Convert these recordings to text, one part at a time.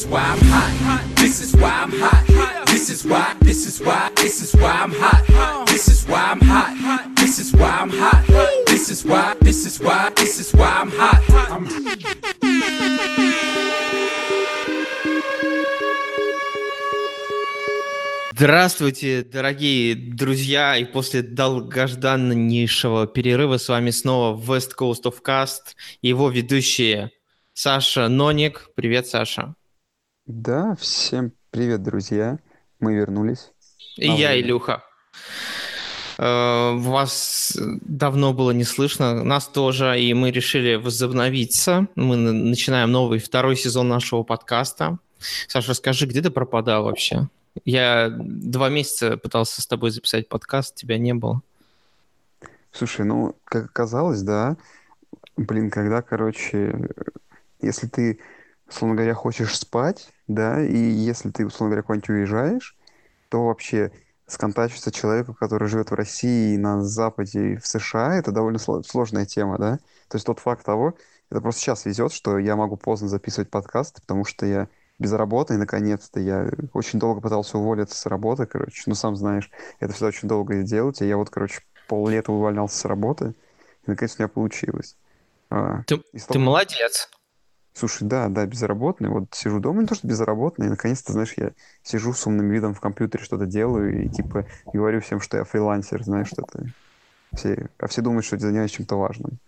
why I'm hot. This is why I'm hot. This is why I'm hot. This is why I'm hot. This is why I'm hot. This is why I'm hot. Здравствуйте, дорогие друзья, и после долгожданнейшего перерыва с вами снова West Coast of Cast, его ведущие Саша Ноник. Привет, Саша. Да, всем привет, друзья. Мы вернулись. И я, Илюха. Вас давно было не слышно, нас тоже, и мы решили возобновиться. Мы начинаем новый, второй сезон нашего подкаста. Саша, расскажи, где ты пропадал вообще? Я 2 месяца пытался с тобой записать подкаст, тебя не было. Слушай, как оказалось, да, когда, если ты, условно говоря, хочешь спать, да, и если ты, условно говоря, куда-нибудь уезжаешь, то вообще сконтачиться человеку, который живет в России, на Западе, и в США, это довольно сложная тема, да. То есть тот факт того, это просто сейчас везет, что я могу поздно записывать подкасты, потому что я безработный, наконец-то. Я очень долго пытался уволиться с работы, сам знаешь, это всегда очень долго делать, и я пол-лета увольнялся с работы, и наконец у меня получилось. Ты молодец. Слушай, да, безработный. Вот сижу дома, не то что безработный, и наконец-то, знаешь, я сижу с умным видом в компьютере, что-то делаю, и говорю всем, что я фрилансер, знаешь, что-то. Все думают, что я занимаюсь чем-то важным.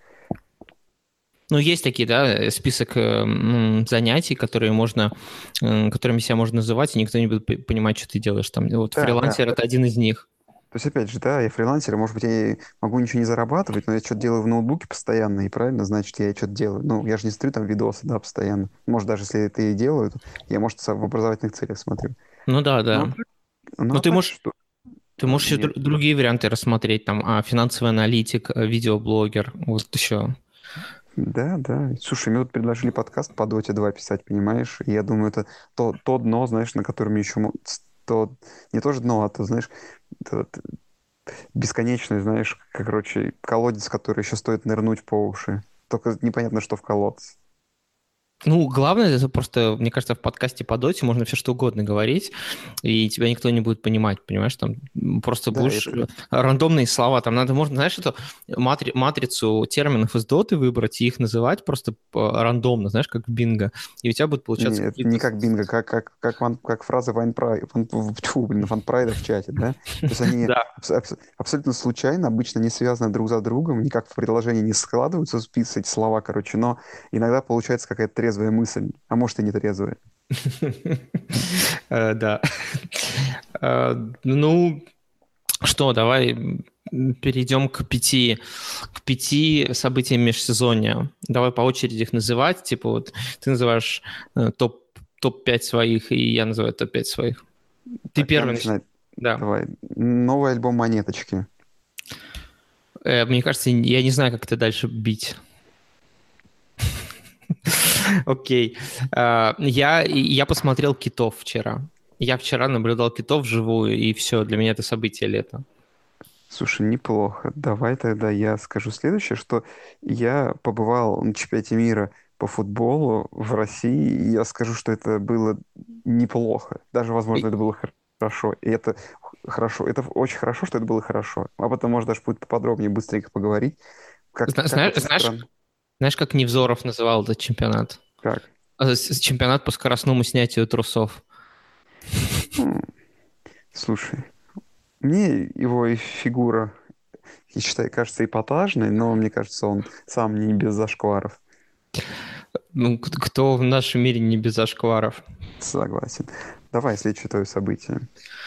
Есть такие, да, список занятий, которыми себя можно называть, и никто не будет понимать, что ты делаешь там. Вот да, фрилансер да. Это один из них. То есть, опять же, да, я фрилансер, может быть, я могу ничего не зарабатывать, но я что-то делаю в ноутбуке постоянно, и правильно, значит, я что-то делаю. Я же не смотрю там видосы, да, постоянно. Может, даже если это и делаю, я, может, в образовательных целях смотрю. Да. Ты можешь еще другие варианты рассмотреть, там, финансовый аналитик, видеоблогер, вот еще. Да. Слушай, мне тут предложили подкаст по Dota 2 писать, понимаешь? И я думаю, это то дно, знаешь, на котором еще... Не то же дно, а то, знаешь, бесконечный, знаешь, колодец, который еще стоит нырнуть по уши. Только непонятно, что в колодце. Главное, это просто, мне кажется, в подкасте по доте можно все что угодно говорить, и тебя никто не будет понимать, понимаешь? Там просто будешь рандомные слова. Там можно, знаешь, эту матрицу терминов из доты выбрать и их называть просто рандомно, знаешь, как в бинго. И у тебя будет получаться... Нет, не как бинго, как фраза Ванпрайда в чате, да? То есть они абсолютно случайно, обычно не связаны друг за другом, никак в предложении не складываются эти слова, но иногда получается какая-то трезвая мысль, а может и не трезвая. Да. Что, давай перейдем к 5 событиям межсезонья. Давай по очереди их называть. Типа вот ты называешь топ-5 своих, и я называю топ-5 своих. Ты первый начинай. Да. Давай. Новый альбом «Монеточки». Мне кажется, я не знаю, как это дальше бить. Окей. Я посмотрел китов вчера. Я вчера наблюдал китов вживую, и все, для меня это событие лета. Слушай, неплохо. Давай тогда я скажу следующее, что я побывал на чемпионате мира по футболу в России, и я скажу, что это было неплохо. Даже, возможно, это было хорошо. И это хорошо. Это очень хорошо, что это было хорошо. Об этом можно даже будет поподробнее, быстренько поговорить. Знаешь, как Невзоров называл этот чемпионат? Как? Чемпионат по скоростному снятию трусов. Слушай, мне его фигура, я считаю, кажется эпатажной, но мне кажется, он сам не без зашкваров. Кто в нашем мире не без зашкваров? Согласен. Давай следующее твое событие.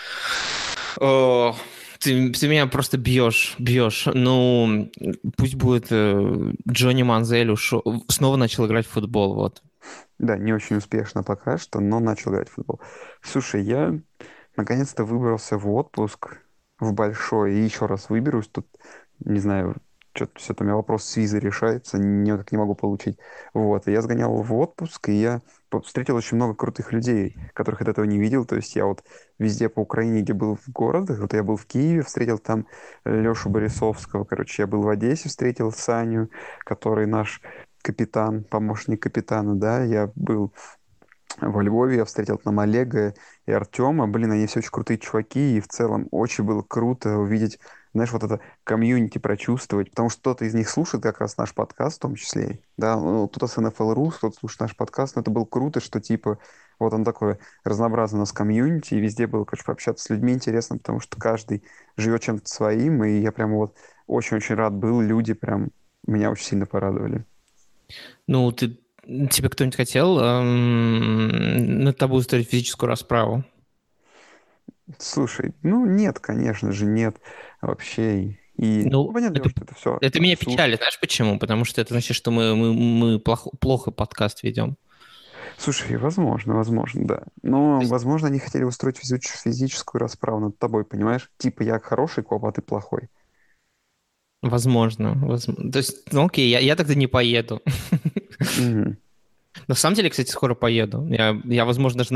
Ты меня просто бьешь. Пусть будет Джонни Манзель снова начал играть в футбол, вот. Да, не очень успешно пока что, но начал играть в футбол. Слушай, я наконец-то выбрался в отпуск в большой, и еще раз выберусь. Тут, не знаю, что-то все-то у меня вопрос с визой решается, никак не могу получить. Вот, и я сгонял в отпуск, и я встретил очень много крутых людей, которых я до этого не видел. То есть я вот везде по Украине, где был в городах, вот я был в Киеве, встретил там Лешу Борисовского, я был в Одессе, встретил Саню, который наш капитан, помощник капитана, да, я был Во Львове я встретил там Олега и Артема. Блин, они все очень крутые чуваки, и в целом очень было круто увидеть, знаешь, вот это комьюнити прочувствовать, потому что кто-то из них слушает как раз наш подкаст в том числе, да, ну, кто-то с НФЛ.ру, кто-то слушает наш подкаст, но это было круто, что типа вот он такой разнообразный у нас комьюнити, и везде было, конечно, пообщаться с людьми интересно, потому что каждый живет чем-то своим, и я прям вот очень-очень рад был, люди прям меня очень сильно порадовали. Ну, тебе кто-нибудь хотел над тобой устроить физическую расправу? Слушай, ну нет, конечно же, нет вообще. И ну, Ну, понятное дело, что это все это меня абсурд. печалит, знаешь почему? Потому что это значит, что мы плохо подкаст ведем. Слушай, возможно, да. Но, возможно, они хотели устроить физическую расправу над тобой, понимаешь? Типа, я хороший коп, а ты плохой. Возможно. То есть, ну окей, я тогда не поеду. Мгм. На самом деле, кстати, скоро поеду. Я, возможно, даже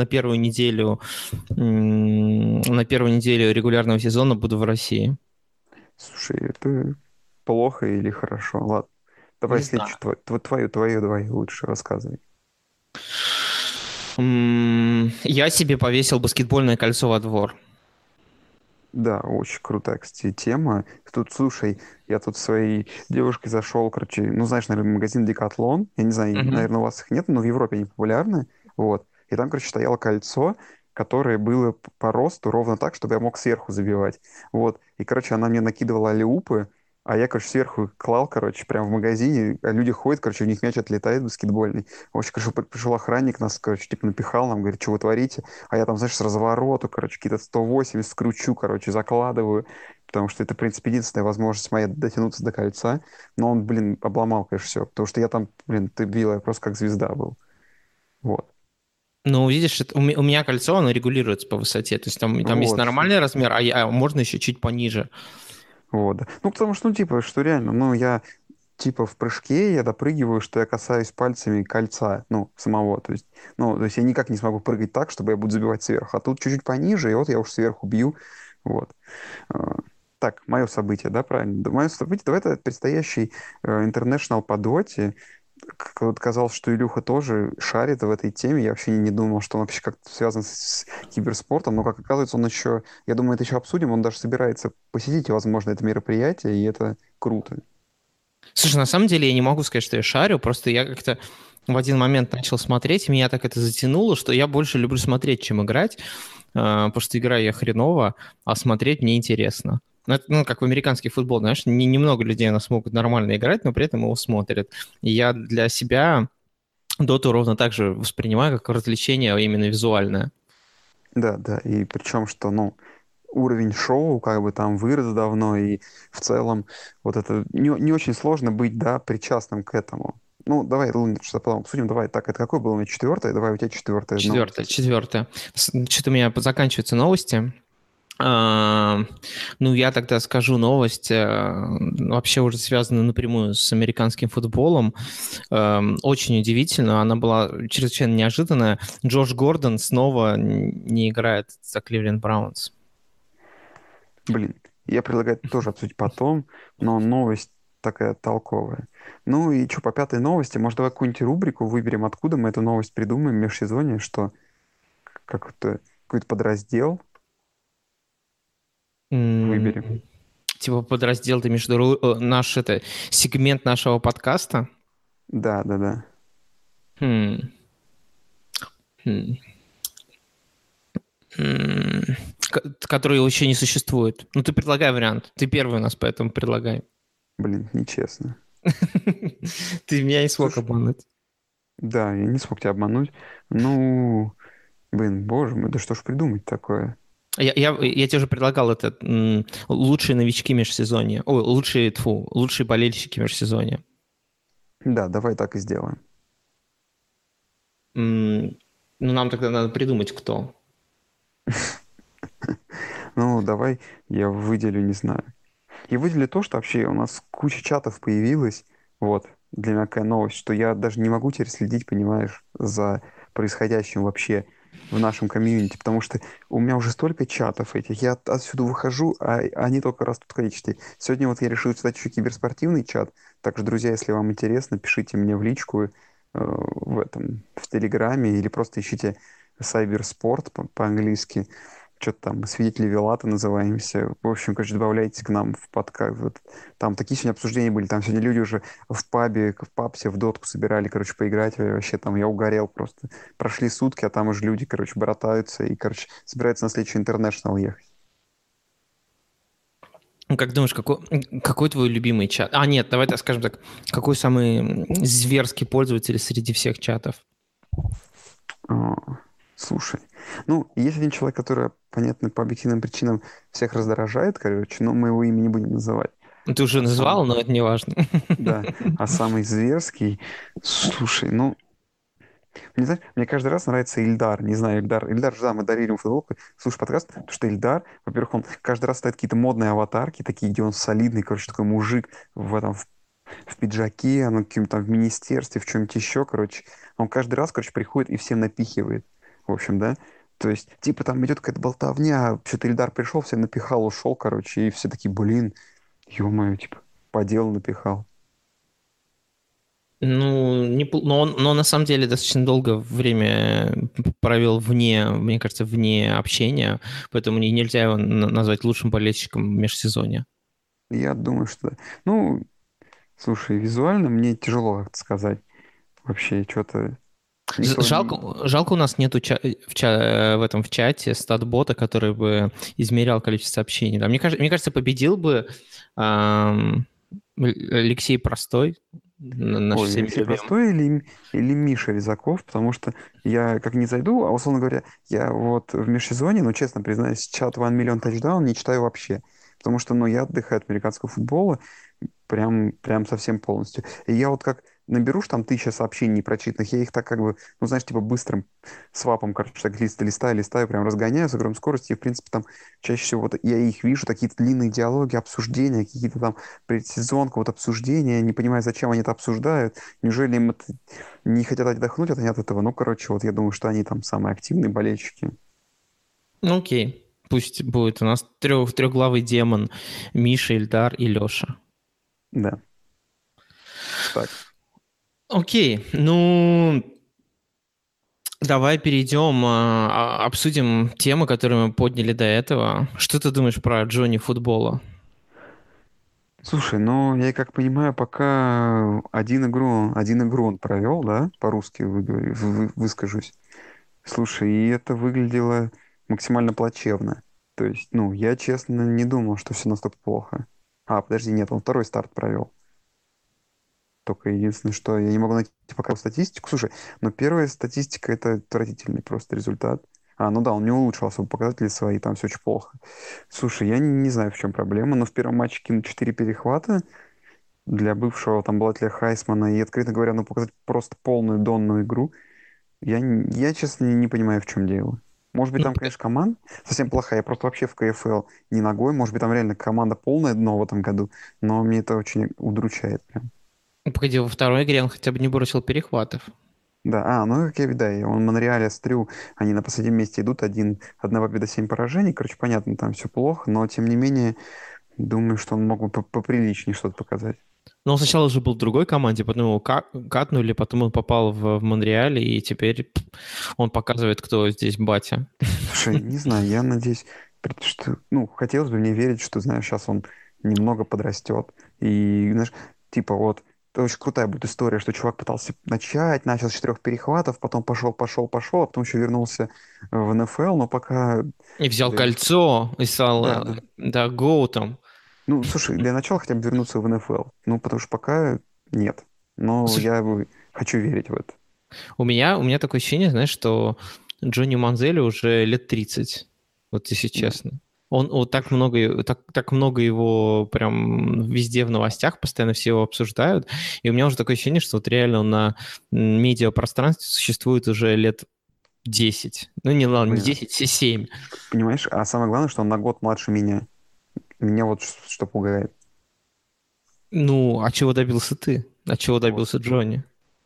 на первую неделю регулярного сезона буду в России. Слушай, это плохо или хорошо? Ладно. Давай Не знаю. следующую, твою лучше рассказывай. Я себе повесил баскетбольное кольцо во двор. Да, очень крутая, кстати, тема. Тут, слушай, я тут своей девушкой зашел, короче, ну, знаешь, наверное, магазин Decathlon. Я не знаю, Мгм. наверное, у вас их нет, но в Европе они популярны. Вот. И там, короче, стояло кольцо, которое было по росту ровно так, чтобы я мог сверху забивать. Вот. И, короче, она мне накидывала аллеупы, а я, короче, сверху клал, короче, прям в магазине, а люди ходят, короче, у них мяч отлетает баскетбольный. В общем, короче, пришел охранник, нас, короче, типа напихал нам, говорит, что вы творите? А я там, знаешь, с развороту, короче, какие-то 180 скручу, короче, закладываю, потому что это, в принципе, единственная возможность моя дотянуться до кольца. Но он, блин, обломал, конечно, все, потому что я там, блин, ты бил, я просто как звезда был. Вот. Ну, видишь, у меня кольцо, оно регулируется по высоте. То есть там есть Вот, нормальный размер, а можно еще чуть пониже. вот. Да. Ну, потому что, ну, типа, что реально, ну, я, типа, в прыжке я допрыгиваю, что я касаюсь пальцами кольца, ну, самого, то есть, ну, то есть я никак не смогу прыгать так, чтобы я буду забивать сверху, а тут чуть-чуть пониже, и вот я уж сверху бью, вот. А, Так, мое событие, да, правильно? Мое событие, давай это предстоящий International по доте. Вот казалось, что Илюха тоже шарит в этой теме. Я вообще не думал, что он вообще как-то связан с киберспортом, но, как оказывается, он еще, я думаю, это еще обсудим, он даже собирается посетить, возможно, это мероприятие, и это круто. Слушай, на самом деле я не могу сказать, что я шарю, просто я как-то в один момент начал смотреть, и меня так это затянуло, что я больше люблю смотреть, чем играть, потому что играю я хреново, а смотреть мне интересно. Ну, это, ну, как в американский футбол, знаешь, немного людей у нас могут нормально играть, но при этом его смотрят. И я для себя доту ровно так же воспринимаю, как развлечение, а именно визуальное. Да, да, и причем, что, ну, уровень шоу как бы там вырос давно, и в целом вот это не очень сложно быть, да, причастным к этому. Ну, давай, ладно, что потом обсудим. Давай, так, это какое было у меня четвертое? Давай, у тебя четвертая Четвертое, новость. четвертое. Что-то у меня заканчиваются новости. А, ну, я тогда скажу новость, вообще уже связанную напрямую с американским футболом. Очень удивительно, она была чрезвычайно неожиданная. Джош Гордон снова не играет за Кливленд Браунс. Блин, я предлагаю это тоже обсудить потом, но новость такая толковая. Ну и что, по пятой новости, может, давай какую-нибудь рубрику выберем, откуда мы эту новость придумаем, межсезонье, что как-то какой-то подраздел выберем. Типа подраздел, ты имеешь в виду наш сегмент нашего подкаста? Да, да, да. Хм. Хм. Который еще не существует. Ну, ты предлагай вариант. Ты первый у нас, поэтому предлагай. Блин, нечестно. Ты меня не смог Слушай, обмануть. да, я не смог тебя обмануть. Ну, блин, боже мой, да что ж придумать такое? Я тебе уже предлагал это лучшие новички межсезонья. Ой, лучшие болельщики межсезонья. Да, давай так и сделаем. Ну, нам тогда надо придумать, кто. Ну, давай я выделю, не знаю. Я выделю то, что вообще у нас куча чатов появилась. Вот, для меня такая новость, что я даже не могу теперь следить, понимаешь, за происходящим вообще в нашем комьюнити, потому что у меня уже столько чатов этих, я отсюда выхожу, а они только растут в количестве. Сегодня вот я решил создать еще киберспортивный чат, так что, друзья, если вам интересно, пишите мне в личку, в Телеграме, или просто ищите Cybersport по-английски. Что-то там, свидетели Вилата называемся. В общем, короче, добавляйтесь к нам в подкаст. Вот. Там такие сегодня обсуждения были. Там сегодня люди уже в пабсе, в дотку собирали, короче, поиграть. Вообще там я угорел просто. Прошли сутки, а там уже люди, короче, братаются и, короче, собираются на следующий International ехать. Ну, как думаешь, какой твой любимый чат? А, нет, давай так скажем так. Какой самый зверский пользователь среди всех чатов? А, Слушай, ну, есть один человек, который, понятно, по объективным причинам всех раздражает, короче, но мы его имя не будем называть. Ну, ты уже А самый, назвал, но это не важно. да, а самый зверский, слушай, ну, мне, знаешь, мне каждый раз нравится Ильдар. Не знаю, Ильдар же, да, мы дарили ему футболку. Слушай подкаст, потому что Ильдар, во-первых, он каждый раз ставит какие-то модные аватарки, такие, где он солидный, короче, такой мужик в пиджаке, ну, каким-то там в министерстве, в чем-нибудь еще, короче. Он каждый раз, короче, приходит и всем напихивает. В общем, да. То есть, типа, там идет какая-то болтовня, что-то Ильдар пришел, всем напихал, ушел, короче, и все такие, блин, ё-моё, типа, по делу напихал. Ну, но он на самом деле достаточно долгое время провел вне, мне кажется, вне общения, поэтому нельзя его назвать лучшим болельщиком в межсезонье. Я думаю, что... Да. Ну, слушай, визуально мне тяжело как-то сказать. Вообще, что-то никто не... Жалко, у нас нету в чате статбота, который бы измерял количество сообщений. Да, мне кажется, победил бы Алексей Простой, наш Ой, всеми Алексей любимый. Простой или Миша Резаков, потому что я как не зайду, а условно говоря, я вот в межсезонье, ну, честно признаюсь, чат One Million Touchdown не читаю вообще, потому что, ну, я отдыхаю от американского футбола, прям совсем полностью. И я вот как наберу ж там 1000 сообщений непрочитанных, я их так как бы, ну, знаешь, типа быстрым свапом, короче, так листаю, прям разгоняю с огромной скоростью, и, в принципе, там чаще всего вот я их вижу, такие длинные диалоги, обсуждения, какие-то там предсезонка, вот обсуждения, не понимаю, зачем они это обсуждают, неужели им это не хотят отдохнуть от этого, ну, короче, вот я думаю, что они там самые активные болельщики. Ну, окей, пусть будет у нас трехглавый демон Миша, Ильдар и Леша. Да, так. Окей, ну, давай перейдем, обсудим темы, которые мы подняли до этого. Что ты думаешь про Джонни Футбола? Слушай, ну, я как понимаю, пока один игру он провел, да, по-русски выскажусь. Слушай, и это выглядело максимально плачевно. То есть, ну, я, честно, не думал, что все настолько плохо. Подожди, нет, он второй старт провел. Только единственное, что я не могу найти пока статистику. Слушай, но первая статистика — это отвратительный просто результат. Ну да, он не улучшил особо показатели свои, там все очень плохо. Слушай, я не знаю, в чем проблема, но в первом матче кинул 4 перехвата для бывшего там обладателя Хайсмана и, откровенно говоря, ну, показать просто полную донную игру. Я честно, не понимаю, в чем дело. Может быть, Ну, там, конечно, команда совсем плохая. Я просто вообще в КФЛ не ногой. Может быть, там реально команда полное дно в этом году. Но мне это очень удручает прям. погоди, во второй игре он хотя бы не бросил перехватов. Да, ну, как я видаю, он Монреале с Трю, они на последнем месте идут, одна победа, 7 поражений. Короче, понятно, там все плохо, но, тем не менее, думаю, что он мог бы поприличнее что-то показать. Но он сначала уже был в другой команде, потом его катнули, потом он попал в Монреале, и теперь он показывает, кто здесь батя. Слушай, не знаю, я надеюсь, что, ну, хотелось бы мне верить, что, знаешь, сейчас он немного подрастет. И, знаешь, типа вот, это очень крутая будет история, что чувак пытался начал с 4 перехватов, потом пошел, а потом еще вернулся в НФЛ, но пока... И взял для- кольцо, и стал, Да, да. да, гоутом. Ну, слушай, для начала хотя бы вернуться в НФЛ. Ну, потому что пока нет. Но Слушай, хочу верить в это. у меня такое ощущение, знаешь, что Джонни Манзелли уже лет 30, вот если Да. честно. Он вот так много его прям везде в новостях, постоянно все его обсуждают. И у меня уже такое ощущение, что вот реально он на медиапространстве существует уже лет 10. Ну, не, ладно, не Блин, 10, 7. понимаешь, а самое главное, что он на год младше меня. Меня вот что пугает. Ну, а чего добился ты? А чего Вот. добился Джонни?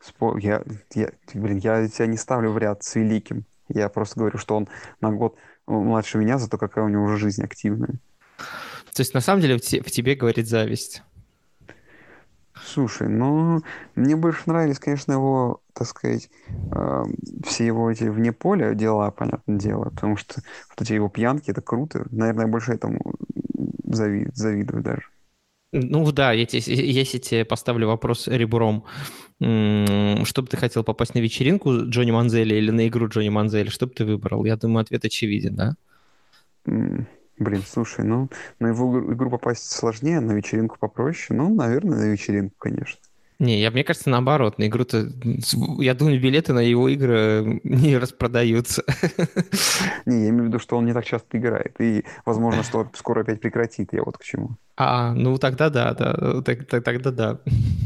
Я тебя не ставлю в ряд с великим. Я просто говорю, что он на год младше меня, зато какая у него уже жизнь активная. То есть, на самом деле, в тебе говорит зависть. Слушай, ну, мне больше нравились, конечно, его, так сказать, э, все его эти вне поля дела, понятное дело, потому что вот эти его пьянки, это круто. Наверное, я больше этому завидую даже. Ну да, если тебе поставлю вопрос ребром, что бы ты хотел попасть на вечеринку Джонни Манзели или на игру Джонни Манзели, что бы ты выбрал? Я думаю, ответ очевиден, да? М, Блин, слушай, ну, на его игру попасть сложнее, на вечеринку попроще. Ну, наверное, на вечеринку, конечно. Не, мне кажется, наоборот, на игру-то, я думаю, билеты на его игры не распродаются. Не, я имею в виду, что он не так часто играет. И, возможно, что скоро опять прекратит. Я вот к чему. Ну тогда да, тогда да.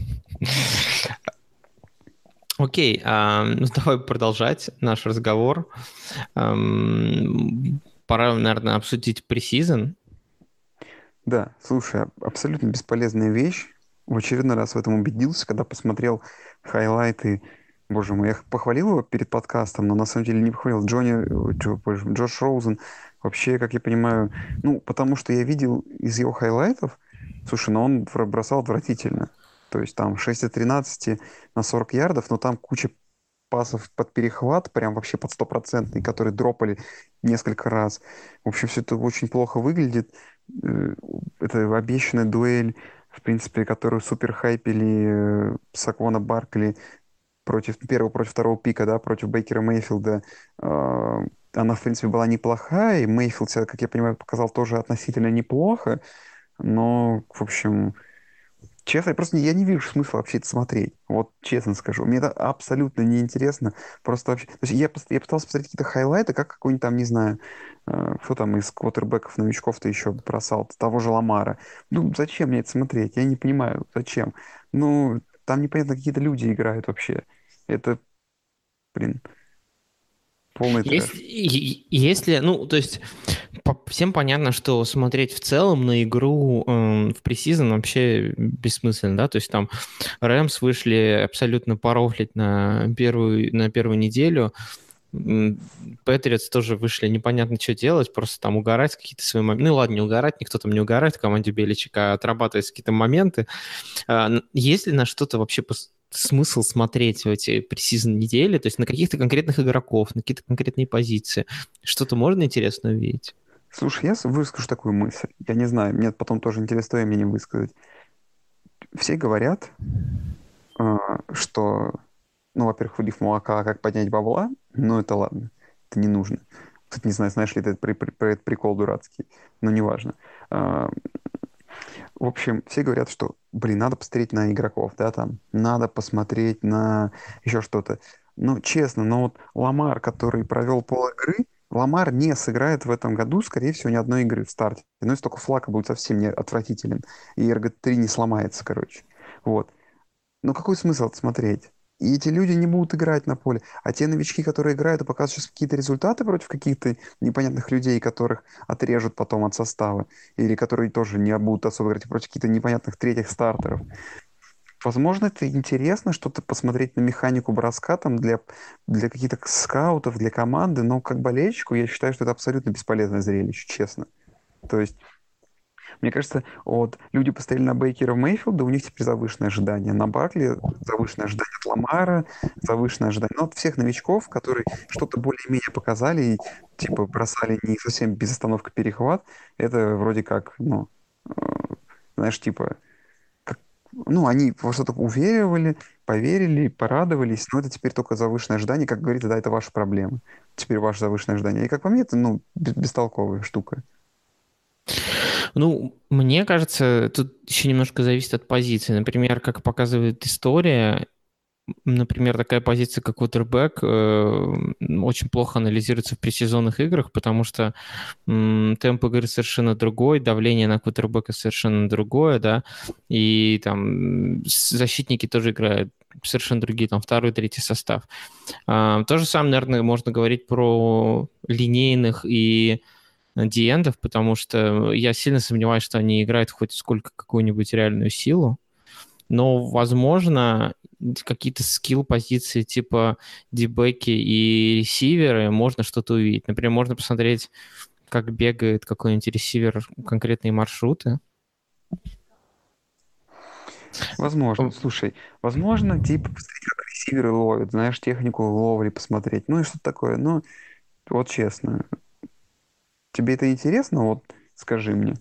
Окей, ну давай продолжать наш разговор. Пора, наверное, обсудить пресизон. Да, слушай, абсолютно бесполезная вещь. В очередной раз в этом убедился, когда посмотрел хайлайты. Боже мой, я похвалил его перед подкастом, но на самом деле не похвалил. Боже, Джош Роузен, вообще, как я понимаю, ну, потому что я видел из его хайлайтов, слушай, но он бросал отвратительно. То есть там 6 от 13 на 40 ярдов, но там куча пасов под перехват, прям вообще под стопроцентный, которые дропали несколько раз. В общем, все это очень плохо выглядит. Э, Это обещанная дуэль, в принципе, которую супер хайпели Саквона Баркли против первого, против второго пика, да, против Бейкера Мейфилда. Она, в принципе, была неплохая, и Мейфилд себя, как я понимаю, показал тоже относительно неплохо, но, в общем, честно, я не вижу смысла вообще это смотреть. Вот честно скажу. Мне это абсолютно неинтересно. Просто вообще... То есть я пытался посмотреть какие-то хайлайты, как какой-нибудь там, не знаю, кто там из квотербеков, новичков-то еще бросал, того же Ламара. Ну, зачем мне это смотреть? Я не понимаю, зачем. Ну, там непонятно, какие-то люди играют вообще. Это, блин, полный трэш. Если, ну, то есть всем понятно, что смотреть в целом на игру в пресизон вообще бессмысленно, да, то есть там Рэмс вышли абсолютно порофлить на первую неделю, Патриотс тоже вышли, непонятно, что делать, просто там угорать какие-то свои моменты. Ну ладно, не угорать, никто там не угорает в команде Беличика, а отрабатывать какие-то моменты. Есть ли на что-то вообще смысл смотреть в эти пресизон недели, то есть на каких-то конкретных игроков, на какие-то конкретные позиции? Что-то можно интересно увидеть? Слушай, я выскажу такую мысль. Я не знаю, мне потом тоже интересно твое мнение высказать. Все говорят, что, ну, во-первых, влив молока, как поднять бабла, ну, это ладно, это не нужно. Кстати, не знаю, знаешь ли ты про этот прикол дурацкий, но неважно. А, В общем, все говорят, что, блин, надо посмотреть на игроков, да, там, надо посмотреть на еще что-то. Ну, честно, но вот Ламар, который провел пол игры, Ламар не сыграет в этом году, скорее всего, ни одной игры в старте. Ну, если только Флака будет совсем не отвратителен, и РГ-3 не сломается, короче. Вот. Ну какой смысл это смотреть? И эти люди не будут играть на поле. А те новички, которые играют и показывают сейчас какие-то результаты против каких-то непонятных людей, которых отрежут потом от состава, или которые тоже не будут особо играть против каких-то непонятных третьих стартеров. Возможно, это интересно, что-то посмотреть на механику броска там для каких-то скаутов, для команды, но как болельщику я считаю, что это абсолютно бесполезное зрелище, честно. То есть мне кажется, вот люди посмотрели на Бейкера Мейфилда, у них теперь завышенное ожидание. На Баркли завышенное ожидание от Ламара, завышенное ожидание. Ну, от всех новичков, которые что-то более-менее показали и, типа, бросали не совсем без остановки перехват, это вроде как, ну, знаешь, типа, как, ну, они во что-то уверовали, поверили, порадовались, но это теперь только завышенное ожидание. Как говорится, да, это ваша проблема. Теперь ваше завышенное ожидание. И, как по мне, это, ну, бестолковая штука. Ну, мне кажется, тут еще немножко зависит от позиции. Например, как показывает история, например, такая позиция, как квотербек, очень плохо анализируется в пресезонных играх, потому что темп игры совершенно другой, давление на квотербека совершенно другое, да, и там защитники тоже играют совершенно другие, там второй, третий состав. То же самое, наверное, можно говорить про линейных и диэндов, потому что я сильно сомневаюсь, что они играют хоть сколько какую-нибудь реальную силу. Но, возможно, какие-то скилл-позиции типа дебеки и ресиверы можно что-то увидеть. Например, можно посмотреть, как бегает какой-нибудь ресивер конкретные маршруты. Возможно. Слушай, возможно, типа, посмотреть, как ресиверы ловят, знаешь, технику ловли посмотреть, ну и что такое. Ну, вот честно, тебе это интересно? Вот скажи мне.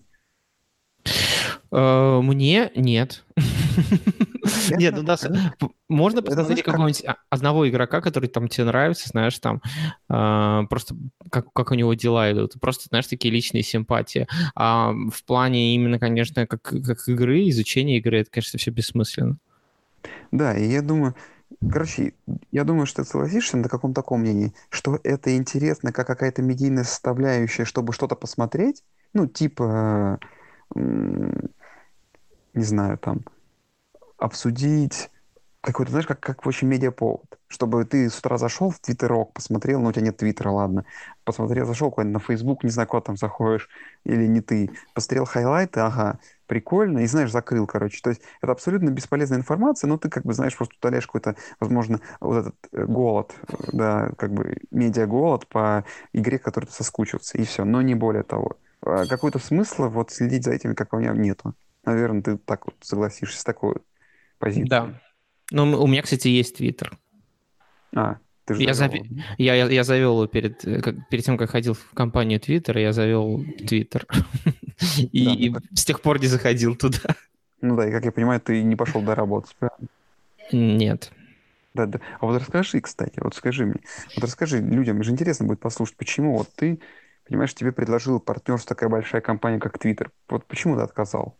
Мне нет. Нет, Это, ну да, можно это знаешь, посмотреть как... какого-нибудь одного игрока, который там тебе нравится, знаешь, там просто как у него дела идут. Просто, знаешь, такие личные симпатии. А в плане именно, конечно, как игры, изучения игры, это, конечно, все бессмысленно. Да, и я думаю, короче, я думаю, что ты согласишься на каком таком мнении, что это интересно, как какая-то медийная составляющая, чтобы что-то посмотреть, ну, типа, м, не знаю, там, обсудить какой-то, знаешь, как очень медиаповод. Чтобы ты с утра зашел в Твиттерок, посмотрел, ну, у тебя нет Твиттера, ладно. Посмотрел, зашел куда-нибудь на Фейсбук, не знаю, куда там заходишь, или не ты. Посмотрел хайлайты, ага, прикольно, и, знаешь, закрыл, короче. То есть это абсолютно бесполезная информация, но ты, как бы, знаешь, просто удаляешь какой-то, возможно, вот этот голод, да, как бы медиа-голод по игре, к которой ты соскучился, и все, но не более того. Какой-то смысла вот следить за этим, как у меня, нету. Наверное, ты так вот согласишься с такой вот позицией. Да. Ну, у меня, кстати, есть Твиттер. А, ты же Я, завел зав- его, да? я завел его перед тем, как ходил в компанию Twitter, я завел Twitter. Да, ну И с тех пор не заходил туда. ну да, и как я понимаю, ты не пошел доработать, правильно? Нет. Да, да. А вот расскажи, кстати, вот скажи мне, вот расскажи людям, же интересно будет послушать, почему вот ты, понимаешь, тебе предложила партнерство такая большая компания, как Twitter. Вот почему ты отказал?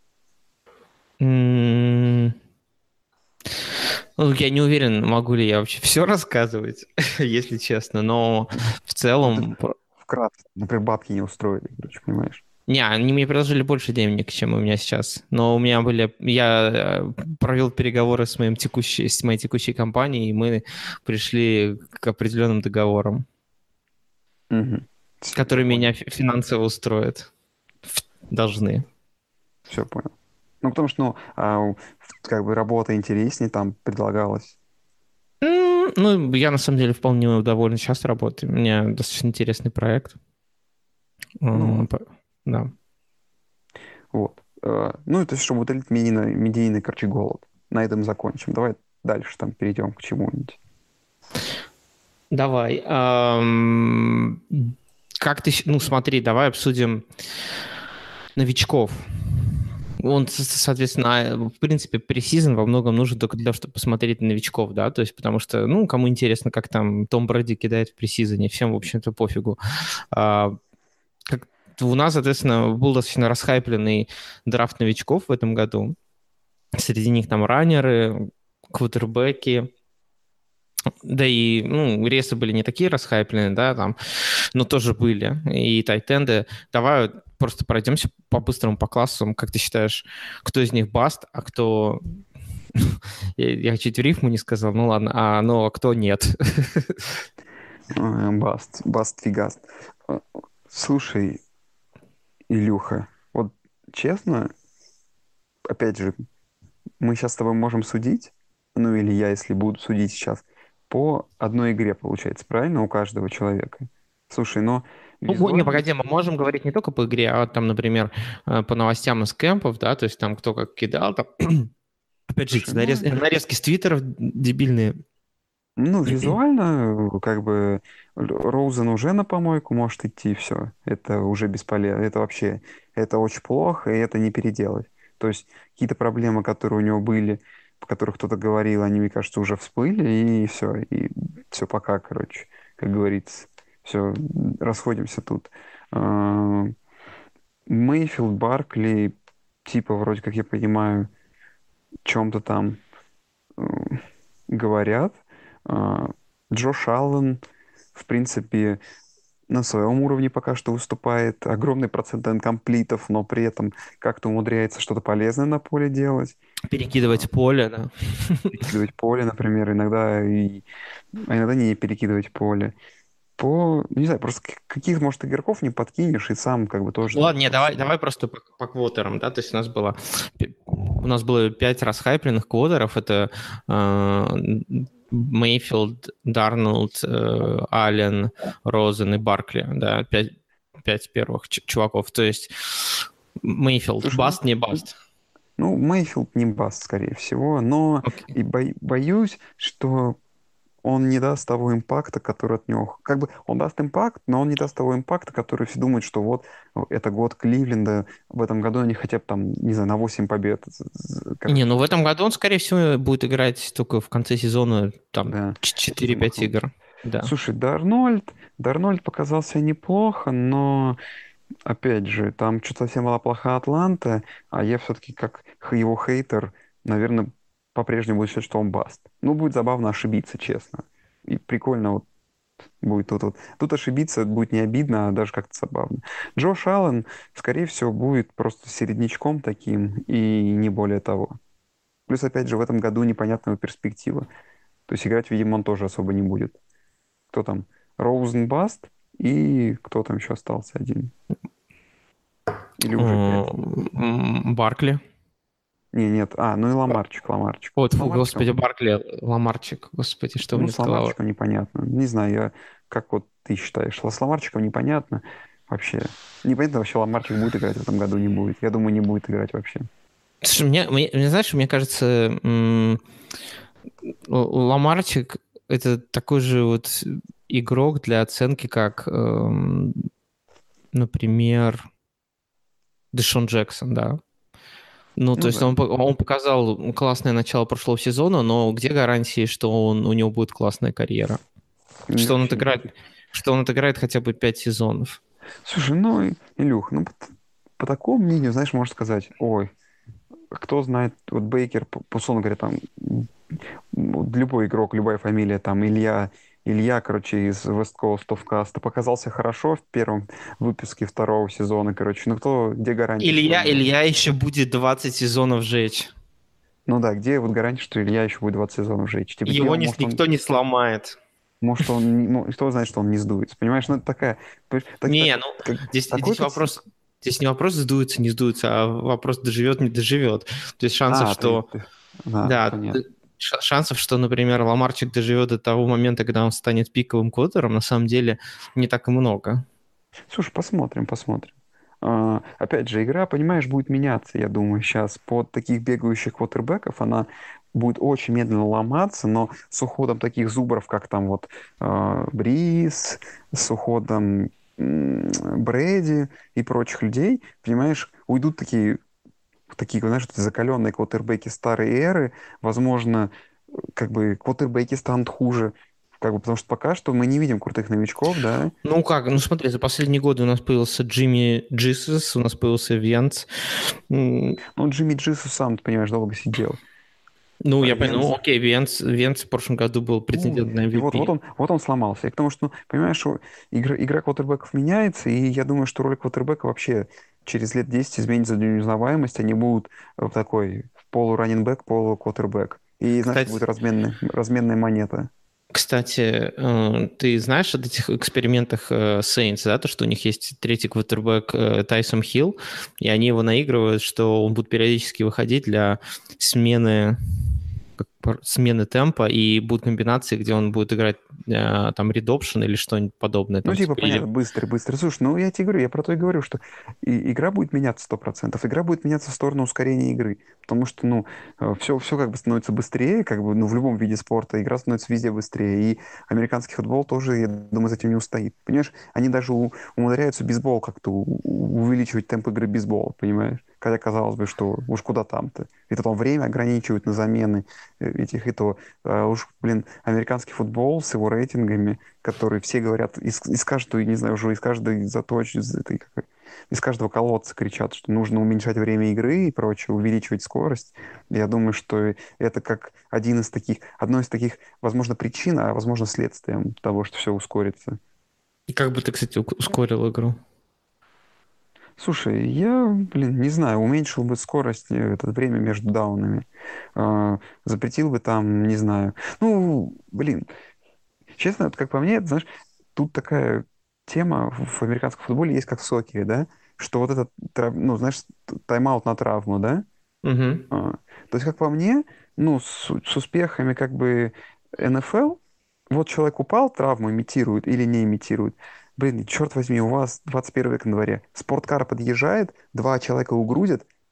М, Ну, я не уверен, могу ли я вообще все рассказывать, если честно, но в Ну, ты целом... вкратце, например, бабки не устроили, короче, понимаешь? Не, они мне предложили больше денег, чем у меня сейчас. Но у меня были... Я провел переговоры с моей текущей компанией, и мы пришли к определенным договорам, Угу. Все, я которые понял, меня финансово устроят. Должны. все понял. Ну, потому что, ну, как бы работа интереснее там предлагалась. Ну, я на самом деле вполне доволен сейчас работой. У меня достаточно интересный проект. Ну, М, п- Да. вот. Ну, это чтобы удалить медийный, короче, голод. На этом закончим. Давай дальше там перейдем к чему-нибудь. Давай. Как ты... Ну, смотри, давай обсудим новичков. Он, соответственно, в принципе, пресизон во многом нужен только для того, чтобы посмотреть на новичков, да, то есть потому что, ну, кому интересно, как там Том Брэди кидает в пресизоне, всем, в общем-то, пофигу. А, как у нас, соответственно, был достаточно расхайпленный драфт новичков в этом году. Среди них там раннеры, квотербеки, да и, ну, ресы были не такие расхайпленные, да, там, но тоже были. И тайтенды. Давай просто пройдемся по-быстрому по классам. Как ты считаешь, кто из них баст, а кто... Я чуть в рифму не сказал, ну ладно, а кто нет? Баст, фигаст. Э, Слушай, Илюха, вот честно, опять же, мы сейчас с тобой можем судить, ну или я, если буду судить сейчас, по одной игре, получается, правильно, у каждого человека. Слушай, но Ну, не, визуально... погоди, мы можем говорить не только по игре, а вот там, например, по новостям из кемпов, да, то есть там кто как кидал, там, опять же, эти Слушай, ну, нарезки с твиттеров дебильные. ну, визуально, как бы, Роузен уже на помойку может идти, все. Это уже бесполезно. Это вообще, это очень плохо, и это не переделать. То есть какие-то проблемы, которые у него были, по которых кто-то говорил, они, мне кажется, уже всплыли, и все пока, короче, как говорится. Все, расходимся тут. А, Мейфилд, Баркли, типа, вроде как я понимаю, чем-то там э, говорят. А, Джош Аллен, в принципе, на своем уровне пока что выступает. Огромный процент инкомплитов, но при этом как-то умудряется что-то полезное на поле делать. Перекидывать поле, да. Перекидывать поле, например, а иногда не перекидывать поле. Ну, не знаю, просто каких, может, игроков не подкинешь, и сам как бы тоже Ну там... ладно, не, давай просто по квотерам, да, то есть у нас было 5 расхайпленных квотеров, это Мейфилд, Дарнолд, Аллен, Розен и Баркли, да, 5 первых чуваков, то есть Мейфилд, Слушай, ну, баст, не баст. Ну, Мейфилд не баст, скорее всего, но Окей. и боюсь, что он не даст того импакта, который от него... Как бы он даст импакт, но он не даст того импакта, который все думают, что вот это год Кливленда, в этом году они хотя бы там, не знаю, на 8 побед. Не, ну Короче, в этом году он, скорее всего, будет играть только в конце сезона, там, да, с 4-5 Махом. игр. Да. Слушай, Дарнольд показался неплохо, но, опять же, там что-то совсем была плохая Атланта, а я все-таки как его хейтер, наверное, по-прежнему буду считать, что он баст. Ну, будет забавно ошибиться, честно. И прикольно вот будет тут вот. Тут ошибиться будет не обидно, а даже как-то забавно. Джош Аллен, скорее всего, будет просто середнячком таким, и не более того. Плюс, опять же, в этом году непонятная перспектива. То есть играть, видимо, он тоже особо не будет. Кто там? Роузенбаст и кто там еще остался один? Или уже 5? Баркли. Не, нет. А, ну и Ламарчик, Ламарчик. Вот, С фу, господи, Ламарчиком, Баркли, Ламарчик, господи, что у ну, меня с с головой. Ламарчиком непонятно. Не знаю, как вот ты считаешь? С Ламарчиком непонятно вообще. Непонятно вообще, Ламарчик будет играть в этом году, не будет. Я думаю, не будет играть вообще. Слушай, знаешь, мне кажется, Ламарчик это такой же вот игрок для оценки, как, например, Дэшон Джексон, да. Ну, то Ну есть да. он показал классное начало прошлого сезона, но где гарантии, что у него будет классная карьера? Что он Вообще отыграет, никаких. что он отыграет хотя бы 5 сезонов? Слушай, ну, Илюх, ну, по такому мнению, знаешь, можно сказать, ой, кто знает, вот Бейкер, условно говоря, там, вот любой игрок, любая фамилия, там, Илья, короче, из West Coast of Cast, показался хорошо в первом выпуске второго сезона, короче, ну, где гарантия, что Илья еще будет 20 сезонов жечь. ну да, где вот гарантия, что Илья еще будет 20 сезонов жить? Типа, Его может, никто не сломает. кто знает, что он не сдуется, понимаешь, ну, это такая, Не, ну, такой здесь вопрос, здесь не вопрос сдуется, не сдуется, а вопрос доживет, не доживет. То есть шансов, что, да, да, понятно. шансов, что, например, Ламарчик доживет до того момента, когда он станет пиковым квотером, на самом деле не так и много. Слушай, посмотрим. Опять же, игра, понимаешь, будет меняться, я думаю, сейчас. Под таких бегающих квотербеков она будет очень медленно ломаться, но с уходом таких зубров, как там вот Бриз, с уходом Брэди и прочих людей, понимаешь, уйдут такие, знаешь, закаленные квотербеки старой эры, возможно, как бы квотербеки станут хуже, как бы, потому что пока что мы не видим крутых новичков, да. Ну как, ну смотри, за последние годы у нас появился Джимми Джисус, у нас появился Венц. Ну, Джимми Джисус сам, ты понимаешь, долго сидел. Ну, А я понял, Венс, ну окей, Венц в прошлом году был ну, претендент на и вот, MVP. вот он сломался. И потому что, ну, понимаешь, что игра квотербеков меняется, и я думаю, что роль квотербека вообще через лет 10 изменится до неузнаваемости, они будут такой полураннинбэк, полуквотербек. И, знаешь, это будет Кстати, разменная монета. Кстати, ты знаешь о этих экспериментах Saints, да, то, что у них есть третий квотербек Тайсон Хилл, и они его наигрывают, что он будет периодически выходить для смены темпа, и будут комбинации, где он будет играть там read option или что-нибудь подобное. Ну, Там, типа, типа, понятно, или... быстрый. Слушай, ну, я тебе говорю, я про то и говорю, что игра будет меняться 100%. Игра будет меняться в сторону ускорения игры. Потому что, ну, все как бы становится быстрее, как бы, ну, в любом виде спорта игра становится везде быстрее. И американский футбол тоже, я думаю, за этим не устоит. Понимаешь, они даже умудряются бейсбол как-то увеличивать темп игры бейсбола, понимаешь? Хотя казалось бы, что уж куда там-то. И то там время ограничивают на замены этих, и то. Уж, блин, американский футбол с его рейтингами, которые все говорят из каждого, не знаю, уже из каждой заточки, из каждого колодца кричат, что нужно уменьшать время игры и прочее, увеличивать скорость. Я думаю, что это как одно из таких, возможно, причин, а возможно, следствием того, что все ускорится. И как бы ты, кстати, ускорил игру? Слушай, я, блин, не знаю, уменьшил бы скорость, это время между даунами. Запретил бы там, не знаю. Ну, блин, честно, вот как по мне, это, знаешь, тут такая тема в американском футболе есть как в сокере, да, что вот этот, ну, знаешь, тайм-аут на травму, да. Угу. А, То есть, как по мне, ну, с успехами как бы НФЛ, вот человек упал, травму имитирует или не имитирует. Блин, черт возьми, у вас 21 век на дворе. Спорткар подъезжает, два человека угрузят,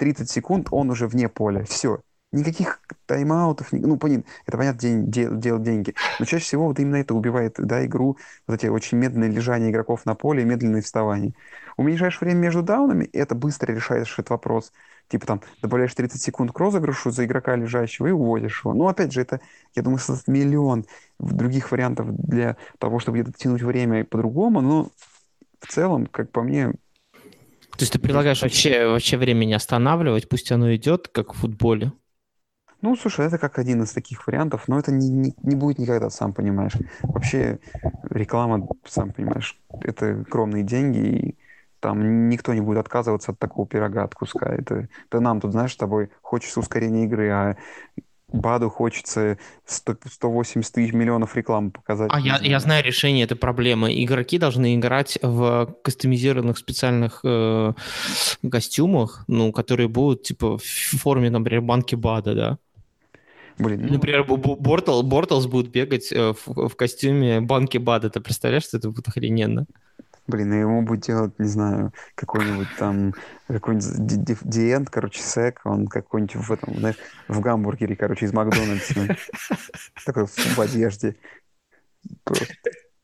30 секунд, он уже вне поля. Все. Никаких тайм-аутов, ну, это понятно, делать деньги. Но чаще всего вот именно это убивает, да, игру, вот эти очень медленные лежания игроков на поле и медленные вставания. Уменьшаешь время между даунами, и это быстро решаешь этот вопрос. Типа там добавляешь 30 секунд к розыгрышу за игрока лежащего и уводишь его. Ну, опять же, это, я думаю, создаст миллион других вариантов для того, чтобы где-то тянуть время по-другому, но в целом, как по мне, То есть ты предлагаешь вообще время не останавливать, пусть оно идет, как в футболе? ну, слушай, это как один из таких вариантов, но это не будет никогда, сам понимаешь. Вообще реклама, сам понимаешь, это огромные деньги, и там никто не будет отказываться от такого пирога, от куска. Это нам тут, знаешь, с тобой хочется ускорения игры, а БАДу хочется 180 тысяч миллионов рекламы показать. Не Я знаю. знаю решение этой проблемы. Игроки должны играть в кастомизированных специальных костюмах, ну, которые будут, типа, в форме, например, банки БАДа, да? Блин, ну, Например, Бортлс будет бегать в костюме банки БАДа. Ты представляешь, что это будет охрененно? блин, и ему будет делать, не знаю, какой-нибудь там, какой-нибудь диент, короче, сек, он какой-нибудь в этом, знаешь, в гамбургере, короче, из Макдональдса. Такой в одежде. Просто.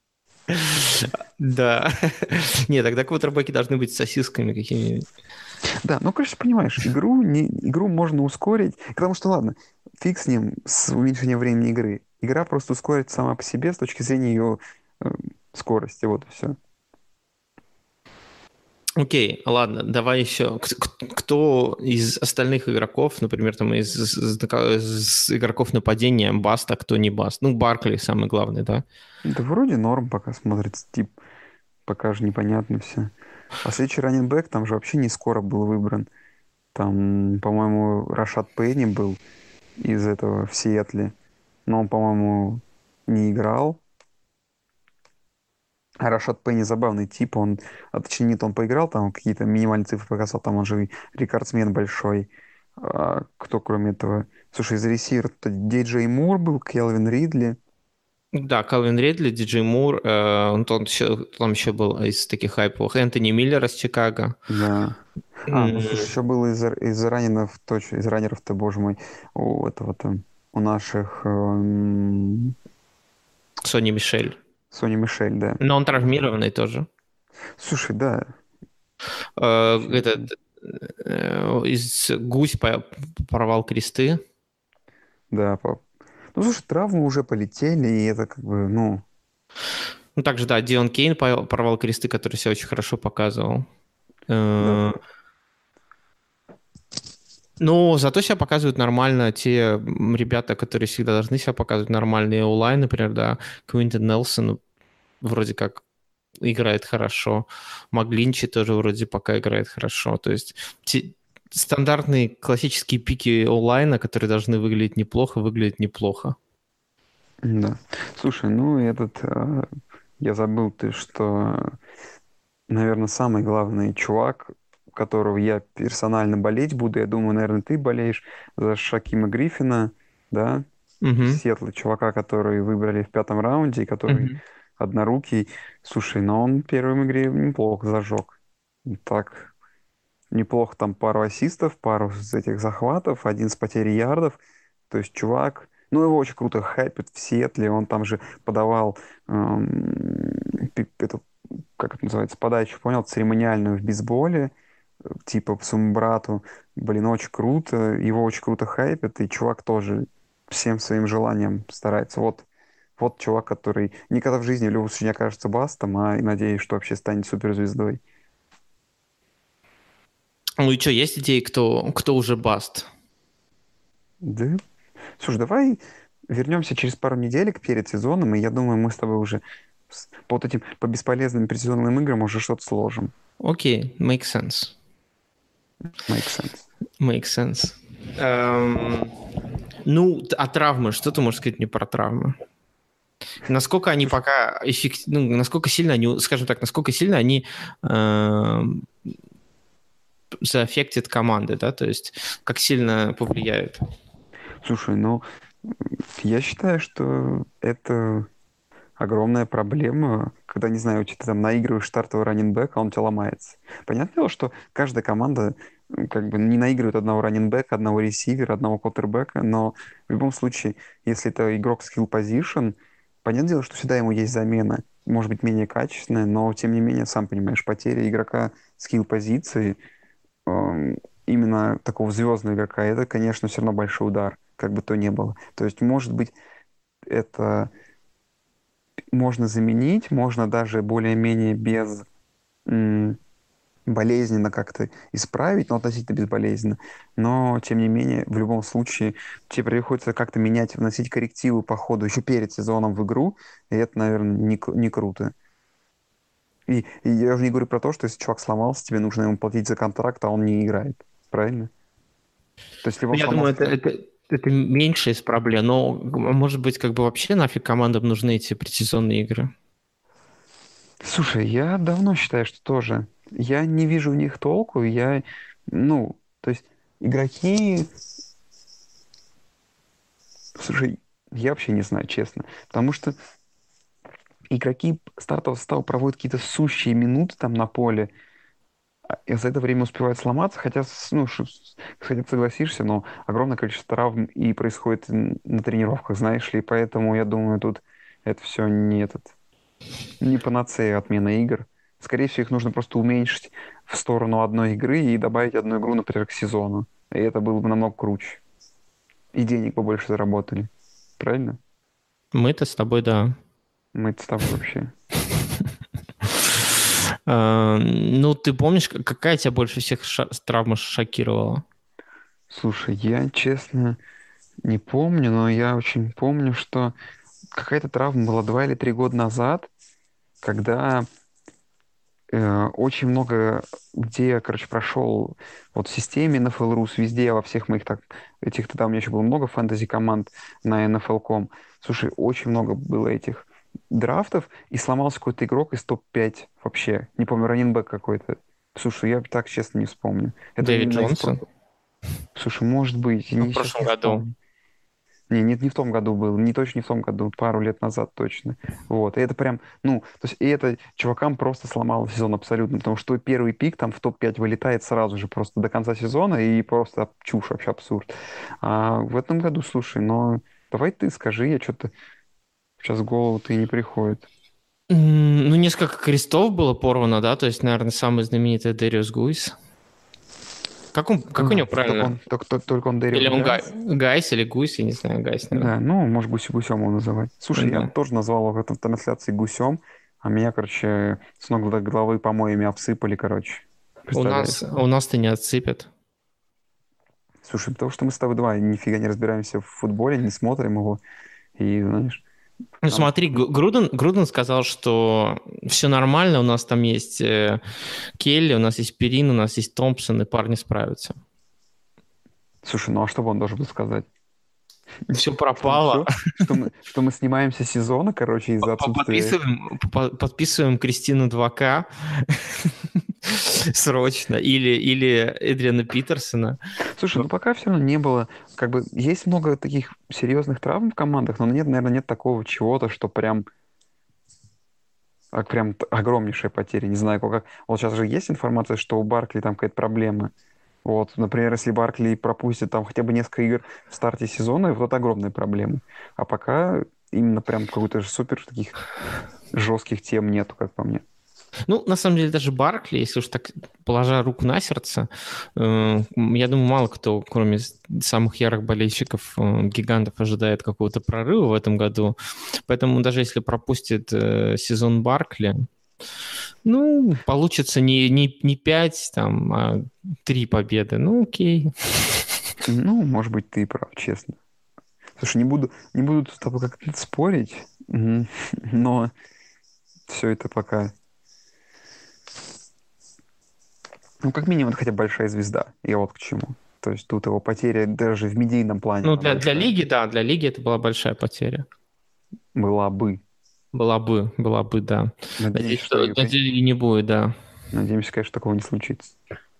Да. Нет, тогда квотербеки должны быть с сосисками какими-нибудь. Да, ну, короче, понимаешь, игру можно ускорить, потому что, ладно, фиг с ним, с уменьшением времени игры. Игра просто ускорится сама по себе с точки зрения ее скорости, вот и все. Окей, ладно, давай еще. Кто из остальных игроков, например, там из игроков нападения баст, а кто не баст? Ну, Баркли самый главный, да? Да вроде норм пока смотрится, тип, пока же непонятно все. А следующий раннинбэк там же вообще не скоро был выбран. Там, по-моему, Рашад Пенни был из этого в Сиэтле. Но он, по-моему, не играл. А Рашад Пенни забавный тип. Точнее, нет, он поиграл, там какие-то минимальные цифры показал. Там он же рекордсмен большой. А кто кроме этого? Слушай, из ресивера Диджей Мур был, Келвин Ридли. Да, Калвин Ридли, Диджей Мур, там еще был из таких хайповых. Энтони Миллер из Чикаго. Да. Ну слушай, еще был из раненых, точно, из раннеров-то, боже мой, у этого там, у наших Сони Мишель. Сони Мишель, да. Но он травмированный тоже. Слушай, да. Этот из Гусь порвал кресты. Да, пап. Ну, слушай, травмы уже полетели, и это как бы, ну... Ну, также, да, Дион Кейн порвал кресты, который себя очень хорошо показывал. Да. Но зато себя показывают нормально те ребята, которые всегда должны себя показывать нормальные онлайн, например, да, Квинтон Нелсон вроде как играет хорошо, Маглинчи тоже вроде пока играет хорошо, то есть стандартные классические пики онлайна, которые должны выглядеть неплохо, выглядят неплохо. Да. Слушай, ну я забыл ты, что, наверное, самый главный чувак, которого я персонально болеть буду, я думаю, наверное, ты болеешь за Шакима Гриффина, да? Угу. Светлый чувака, который выбрали в 5-м раунде, и который Угу. однорукий. Слушай, но он в первой игре неплохо зажег. Так, неплохо там пару ассистов, пару из этих захватов, один с потерей ярдов. То есть чувак, ну его очень круто хайпят в Сиэтле, он там же подавал эту, как это называется, подачу, понял, церемониальную в бейсболе, типа своему брату. Блин, очень круто, его очень круто хайпят, и чувак тоже всем своим желанием старается. Вот чувак, который никогда в жизни в любом случае не окажется бастом, а и надеюсь, что вообще станет суперзвездой. Ну и что, есть идеи, кто уже баст? Да. Слушай, давай вернемся через пару неделек перед сезоном, и я думаю, мы с тобой уже по вот этим по бесполезным предсезонным играм уже что-то сложим. Окей, make sense. Make sense. Make sense. Ну, а травмы? Что ты можешь сказать мне про травмы? Насколько они пока эффективны, ну, насколько сильно они, скажем так, насколько сильно они заэффектят команды, да, то есть как сильно повлияют? Слушай, ну, я считаю, что это огромная проблема, когда, не знаю, ты там наигрываешь стартовый раннинбэк, а он у тебя ломается. Понятное дело, что каждая команда как бы не наигрывают одного раннинбека, одного ресивера, одного квотербека, но в любом случае, если это игрок skill position, понятное дело, что всегда ему есть замена, может быть, менее качественная, но тем не менее, сам понимаешь, потеря игрока skill позиции, именно такого звездного игрока, это, конечно, все равно большой удар, как бы то ни было. То есть, может быть, это можно заменить, можно даже более-менее без болезненно как-то исправить, но относительно безболезненно. Но, тем не менее, в любом случае, тебе приходится как-то менять, вносить коррективы по ходу еще перед сезоном в игру, и это, наверное, не круто. И я уже не говорю про то, что если чувак сломался, тебе нужно ему платить за контракт, а он не играет. Правильно? То есть, если Ну, он я думаю, сломался... это меньше из проблем, но, может быть, как бы вообще нафиг командам нужны эти предсезонные игры? Слушай, я давно считаю, что тоже. Я не вижу в них толку. То есть игроки... Слушай, я вообще не знаю, честно. Потому что игроки стартового состава проводят какие-то сущие минуты там на поле, и за это время успевают сломаться, хотя согласишься, но огромное количество травм и происходит на тренировках, знаешь ли, поэтому я думаю, тут это все не панацея отмена игр. Скорее всего, их нужно просто уменьшить в сторону одной игры и добавить одну игру, например, к сезону. И это было бы намного круче. И денег побольше заработали. Правильно? Мы-то с тобой, да. Мы-то с тобой вообще. Ну, ты помнишь, какая тебя больше всех травма шокировала? Слушай, я, честно, не помню, но я очень помню, что какая-то травма была 2 или 3 года назад, когда очень много где я, короче, прошел вот в системе NFL.rus, везде, во всех моих тогда у меня еще было много фэнтези-команд на NFL.com. Слушай, очень много было этих драфтов, и сломался какой-то игрок из топ-5 вообще. Не помню, раннинбэк какой-то. Слушай, я так честно не вспомню. Это Дэвид именно Джонсон? Слушай, может быть, В сейчас прошлом не году. вспомню. Не в том году был, точно не в том году, пару лет назад точно. Вот, и это прям, то есть, и это чувакам просто сломало сезон абсолютно, потому что первый пик там в топ-5 вылетает сразу же просто до конца сезона, и просто чушь, вообще абсурд. А в этом году, слушай, давай ты скажи, я что-то сейчас в голову-то и не приходит. Ну, несколько крестов было порвано, да? То есть, наверное, самый знаменитый Дэриус Гуйс. Как у него правильно? Только он Или Дэриус он Гайс? Гайс или Гуйс, я не знаю, Гайс, наверное. Да, может, гусем его называть. Слушай, я Да. тоже назвал его в этом трансляции гусем, а меня, короче, с ног до головы помоями обсыпали, короче. Представляешь? У нас-то не отсыпят. Слушай, потому что мы с тобой два нифига не разбираемся в футболе, не смотрим его, и, знаешь... Ну, смотри, Груден сказал, что все нормально, у нас там есть Келли, у нас есть Перин, у нас есть Томпсон, и парни справятся. Слушай, а что бы он должен был сказать? Все пропало. Что мы снимаемся с сезона, короче, из-за отсутствия... Подписываем Кристину 2К срочно. Или Эдриана Питерсона. Слушай, пока все равно не было... Как бы есть много таких серьезных травм в командах, но наверное, нет такого чего-то, что прям огромнейшая потеря. Не знаю, как... Вот сейчас же есть информация, что у Баркли там какая-то проблема. Вот, например, если Баркли пропустит там хотя бы несколько игр в старте сезона, вот это огромные проблемы. А пока именно прям какой-то же супер таких жестких тем нету, как по мне. Ну, на самом деле, даже Баркли, если уж так положа руку на сердце, я думаю, мало кто, кроме самых ярых болельщиков гигантов, ожидает какого-то прорыва в этом году. Поэтому даже если пропустит сезон Баркли, получится не 5, а 3 победы. Ну, окей. Может быть, ты и прав, честно. Слушай, не буду с тобой как-то спорить, но все это пока... как минимум, это хотя бы большая звезда. Я вот к чему. То есть тут его потеря даже в медийном плане. Для лиги, да, для лиги это была большая потеря. Была бы. Была бы, да. Надеюсь, что не будет, да. Надеемся, конечно, такого не случится.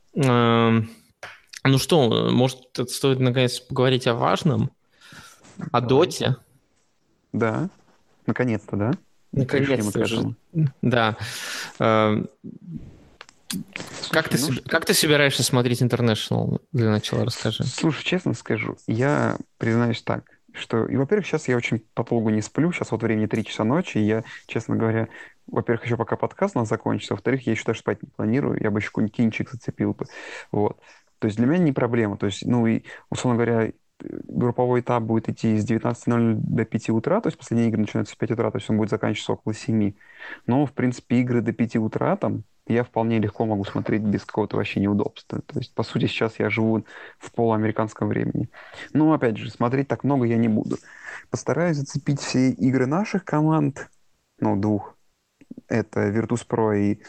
Ну что, может, стоит наконец поговорить о важном? О Доте? Да. Наконец-то, да? Наконец-то уже. Да. Слушай, ну что... как ты собираешься смотреть International? Для начала расскажи. Слушай, честно скажу, я признаюсь так, что, и, во-первых, сейчас я очень подолгу не сплю, сейчас вот времени 3 часа ночи, и я, честно говоря, во-первых, еще пока подкаст у нас закончится, во-вторых, я еще даже спать не планирую, я бы еще какой-нибудь кинчик зацепил бы, вот. То есть для меня не проблема, то есть, ну и, условно говоря, групповой этап будет идти с 19:00 до 5 утра, то есть последние игры начинаются в 5 утра, то есть он будет заканчиваться около 7. Но, в принципе, игры до 5 утра там я вполне легко могу смотреть без какого-то вообще неудобства. То есть, по сути, сейчас я живу в полуамериканском времени. Но, опять же, смотреть так много я не буду. Постараюсь зацепить все игры наших команд, ну, двух. Это Virtus.pro и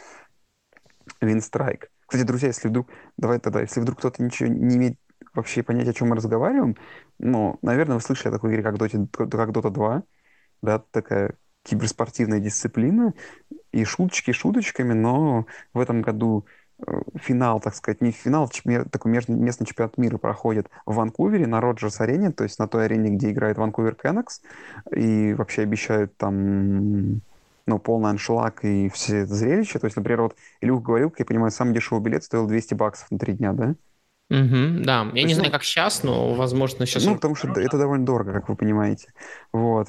Winstrike. Кстати, друзья, если вдруг, давай тогда, если вдруг кто-то ничего не имеет вообще понятия, о чем мы разговариваем, ну, наверное, вы слышали о такой игре, как Dota 2, да, такая киберспортивная дисциплина, и шуточки шуточками, но в этом году финал, так сказать, не финал, такой местный чемпионат мира проходит в Ванкувере на Роджерс-арене, то есть на той арене, где играет Ванкувер Canucks, и вообще обещают там, ну, полный аншлаг и все зрелища. То есть, например, вот Илюх говорил, как я понимаю, самый дешевый билет стоил $200 на 3 дня, да? Мгм, да, я То не есть, знаю, ну, как сейчас, но, возможно, сейчас ну, уже потому что подороже. это довольно дорого, как вы понимаете. Вот.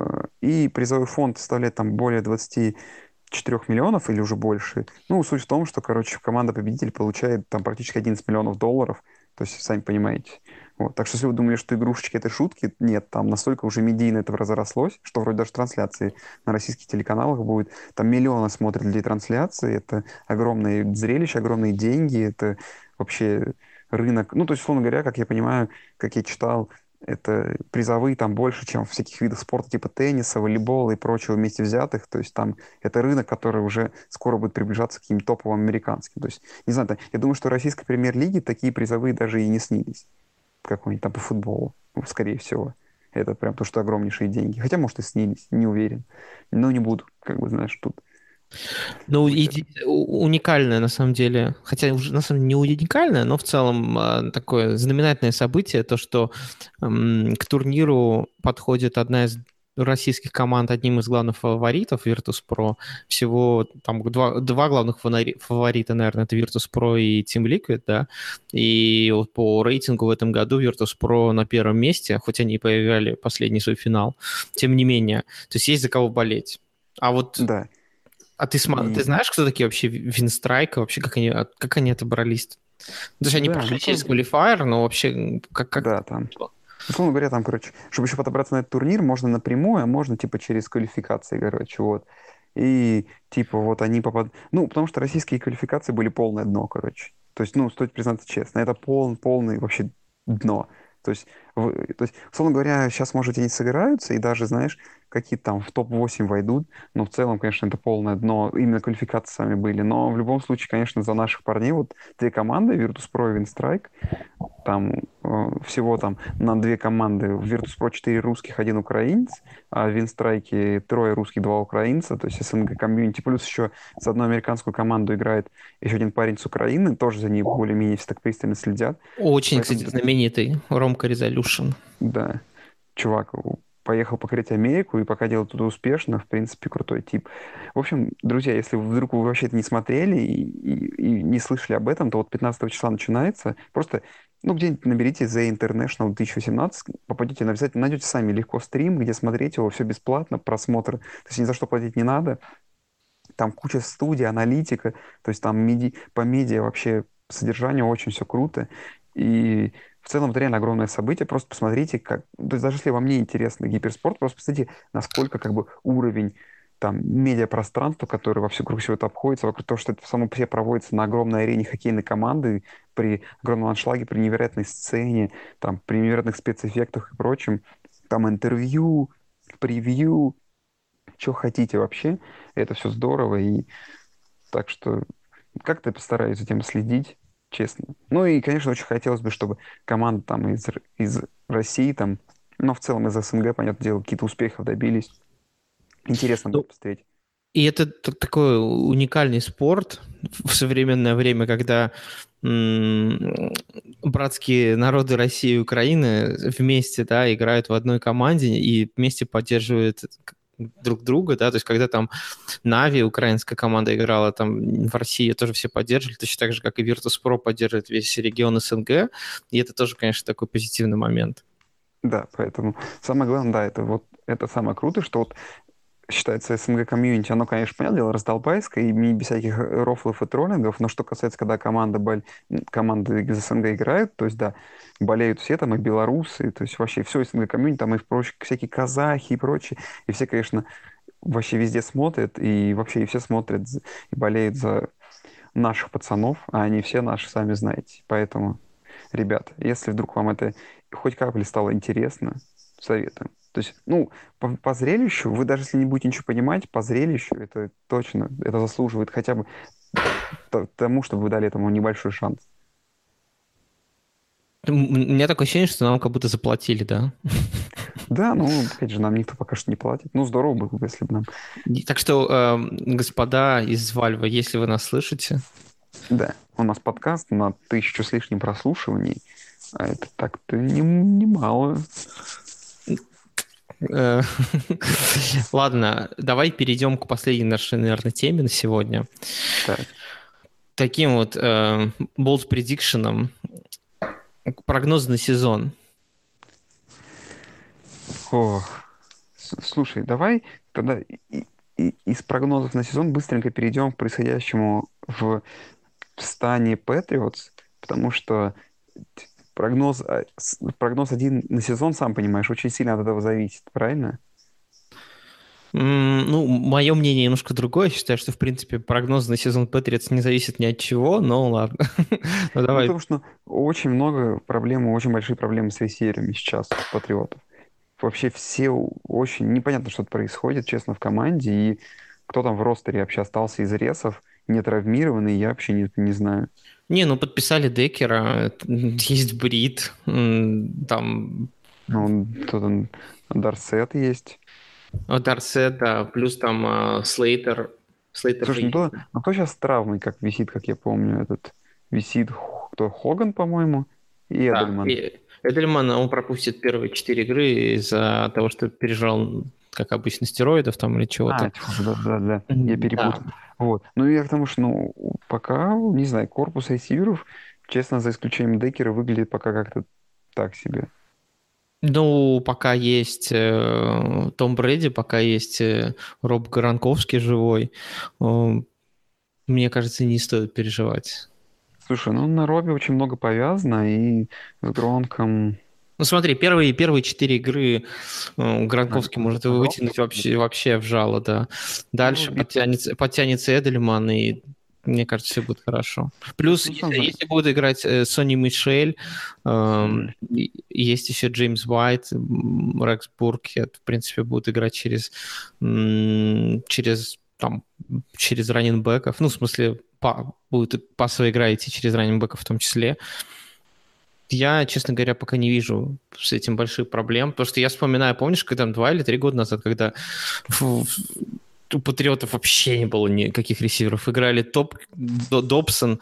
И призовой фонд составляет там более 24 миллионов или уже больше. Ну, суть в том, что, короче, команда-победитель получает там практически $11 миллионов. То есть, сами понимаете. Вот. Так что, если вы думали, что игрушечки — это шутки, нет, там настолько уже медийно это разрослось, что вроде даже трансляции на российских телеканалах будет. Там миллионы смотрят людей трансляции, это огромные зрелища, огромные деньги, это вообще рынок. Ну, то есть, условно говоря, как я понимаю, как я читал, это призовые там больше, чем в всяких видах спорта, типа тенниса, волейбола и прочего вместе взятых. То есть там это рынок, который уже скоро будет приближаться к каким-то топовым американским. То есть, не знаю, я думаю, что российской премьер-лиге такие призовые даже и не снились. Какой-нибудь там по футболу, ну, скорее всего. Это прям то, что огромнейшие деньги. Хотя, может, и снились, не уверен. Но не буду, как бы, знаешь, тут Ну, быть это. уникальное, на самом деле, хотя уже, на самом деле, не уникальное, но в целом такое знаменательное событие, то, что к турниру подходит одна из российских команд, одним из главных фаворитов, Virtus.pro. Всего там два главных фаворита, наверное, это Virtus.pro и Team Liquid, да. И вот по рейтингу в этом году Virtus.pro на первом месте, хоть они и поиграли последний свой финал, тем не менее. То есть есть за кого болеть. А вот Да. ты И знаешь, кто такие вообще Винстрайк, вообще как они отобрались? То есть они да, прошли ну через там, квалифайер, но вообще как это да, там. произошло? Условно говоря, там, короче, чтобы еще подобраться на этот турнир, можно напрямую, а можно, типа, через квалификации, короче, вот. И, типа, вот они попадают... Ну, потому что российские квалификации были полное дно, короче. То есть, ну, стоит признаться честно, это полный вообще дно. То есть, условно говоря, сейчас, может, они собираются и даже, знаешь, какие там в топ-8 войдут, но в целом, конечно, это полное дно. Именно квалификации сами были. Но в любом случае, конечно, за наших парней вот две команды, Virtus.pro и Winstrike, там всего там на две команды. В Virtus.pro 4 русских, один украинец, а в Винстрайке трое русских, два украинца, то есть СНГ комьюнити. Плюс еще за одну американскую команду играет еще один парень с Украины, тоже за ней более-менее все так пристально следят. Очень, Поэтому, кстати, знаменитый Ромка Резолюшн. да, чувак поехал покорять Америку и пока делал туда успешно, в принципе, крутой тип. В общем, друзья, если вдруг вы вообще это не смотрели и не слышали об этом, то вот 15 числа начинается. Просто, ну, где-нибудь наберите The International 2018, попадете, обязательно найдете сами легко стрим, где смотреть его, все бесплатно, просмотр. То есть ни за что платить не надо. Там куча студий, аналитика, то есть там по медиа вообще содержание очень все круто. И в целом это реально огромное событие. Просто посмотрите, как... То есть даже если вам не интересно гиперспорт, просто посмотрите, насколько как бы уровень там медиапространства, которое вокруг всего это обходится, вокруг того, что это само по себе проводится на огромной арене хоккейной команды, при огромном аншлаге, при невероятной сцене, там, при невероятных спецэффектах и прочем, там интервью, превью, что хотите вообще, это все здорово, и так что как-то я постараюсь за этим следить, честно. Ну и, конечно, очень хотелось бы, чтобы команда там из России, там, но в целом из СНГ, понятное дело, какие-то успехов добились. Интересно будет Ну, посмотреть. и это такой уникальный спорт в современное время, когда братские народы России и Украины вместе, да, играют в одной команде и вместе поддерживают друг друга, да, то есть когда там Na'Vi, украинская команда, играла там в России, тоже все поддерживали, точно так же, как и Virtus.pro поддерживает весь регион СНГ, и это тоже, конечно, такой позитивный момент. Да, поэтому самое главное, да, это самое крутое, что вот считается СНГ комьюнити, оно, конечно, понятное дело, раздолбайское, и без всяких рофлов и троллингов, но что касается, когда команды из СНГ играют, то есть, да, болеют все там, и белорусы, то есть вообще все СНГ комьюнити, там и прочие, всякие казахи и прочие, и все, конечно, вообще везде смотрят, и вообще и все смотрят и болеют за наших пацанов, а они все наши, сами знаете. Поэтому, ребят, если вдруг вам это хоть капли стало интересно, советую. То есть, ну, по зрелищу, вы даже если не будете ничего понимать, по зрелищу это точно, это заслуживает хотя бы тому, чтобы вы дали этому небольшой шанс. У меня такое ощущение, что нам как будто заплатили, да? Да, ну, опять же, нам никто пока что не платит. Ну, здорово было бы, если бы нам... Так что, господа из Valve, если вы нас слышите... Да, у нас подкаст на 1000 с лишним прослушиваний, а это так-то немало. Ладно, давай перейдем к последней нашей, наверное, теме на сегодня. Так. Таким вот bold prediction, прогноз на сезон. Ох. Слушай, давай тогда из прогнозов на сезон быстренько перейдем к происходящему в стане Patriots, потому что прогноз один на сезон, сам понимаешь, очень сильно от этого зависит, правильно? Ну, мое мнение немножко другое. Я считаю, что, в принципе, прогноз на сезон Patriots не зависит ни от чего, но ладно. Ну, давай. Потому что очень много проблем, очень большие проблемы с ресиверами сейчас у Патриотов. Вообще все очень непонятно, что происходит, честно, в команде, и кто там в ростере вообще остался из ресов, не травмированный, я вообще не знаю. Не, ну подписали Деккера, есть Брид, там... Ну, тут он, Дарсет есть. Дарсет, да, плюс там Слейтер. Слушай, кто сейчас с травмой, как висит, как я помню, висит кто, Хоган, по-моему, и Эдельман. Эдельман, он пропустит первые 4 игры из-за того, что пережал, как обычно, стероидов там или чего-то. Да, я перепутал. Да. Вот. Ну, я к тому, что, ну, пока, не знаю, корпус ресиверов, честно, за исключением Деккера, выглядит пока как-то так себе. Ну, пока есть Том Брэди, пока есть Роб Гранковский живой, мне кажется, не стоит переживать. Слушай, ну на Робе очень много повязано, и с Гронком... Ну смотри, первые 4 игры Гранковский может вытянуть вообще в жало, да. Дальше подтянется Эдельман, и мне кажется, все будет хорошо. Плюс, если будет играть Сони Мишель, есть еще Джеймс Уайт, Рекс Буркхед, в принципе, будут играть через раннинбэков. Ну, в смысле, будет пасовая игра идти через раннинбэков в том числе. Я, честно говоря, пока не вижу с этим больших проблем, потому что я вспоминаю, помнишь, когда там 2 или 3 года назад, когда у Патриотов вообще не было никаких ресиверов. Играли Добсон,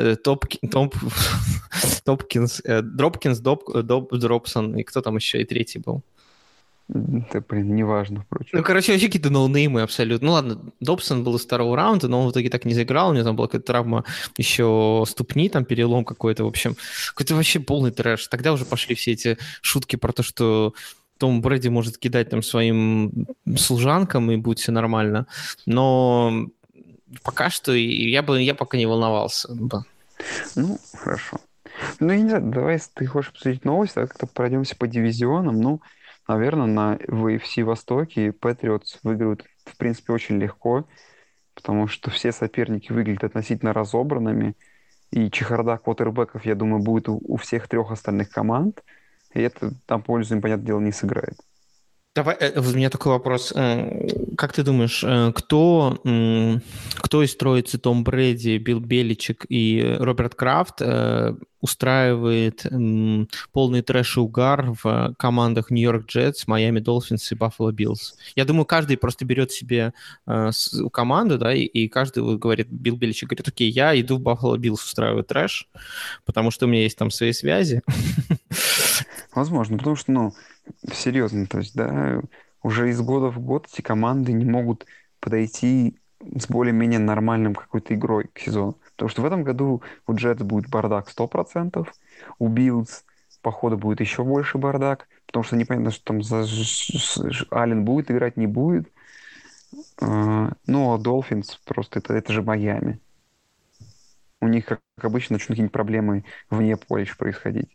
Дропкинс, Дропсон, и кто там еще, и третий был. Да, блин, неважно, впрочем. Ну, короче, вообще какие-то ноунеймы абсолютно. Ну, ладно, Добсон был из 2-го раунда, но он в итоге так не заиграл. У него там была какая-то травма еще ступни, там перелом какой-то. В общем, какой-то вообще полный трэш. Тогда уже пошли все эти шутки про то, что Том Брэди может кидать там своим служанкам, и будет все нормально. Но пока что я пока не волновался. Да. Ну, хорошо. Ну, я не знаю, давай, если ты хочешь обсудить новость, давай как-то пройдемся по дивизионам. Ну, наверное, в AFC Востоке Patriots выиграют, в принципе, очень легко, потому что все соперники выглядят относительно разобранными, и чехарда квотербеков, я думаю, будет у всех 3 остальных команд, и это там пользу им, понятное дело, не сыграет. Давай, у меня такой вопрос. Как ты думаешь, кто из троицы Том Брэди, Билл Беличек и Роберт Крафт устраивает полный трэш и угар в командах Нью-Йорк Джетс, Майами Долфинс и Баффало Биллс? Я думаю, каждый просто берет себе команду, да, и каждый вот говорит, Билл Беличек говорит, окей, я иду в Баффало Биллс устраиваю трэш, потому что у меня есть там свои связи. Возможно, потому что, ну, серьезно, то есть, да, уже из года в год эти команды не могут подойти с более-менее нормальным какой-то игрой к сезону. Потому что в этом году у Джетс будет бардак 100%, у Биллс, походу, будет еще больше бардак, потому что непонятно, что там Аллен будет играть, не будет. Ну, а Долфинс просто это же Майами. У них, как обычно, начнут какие-нибудь проблемы вне поля происходить.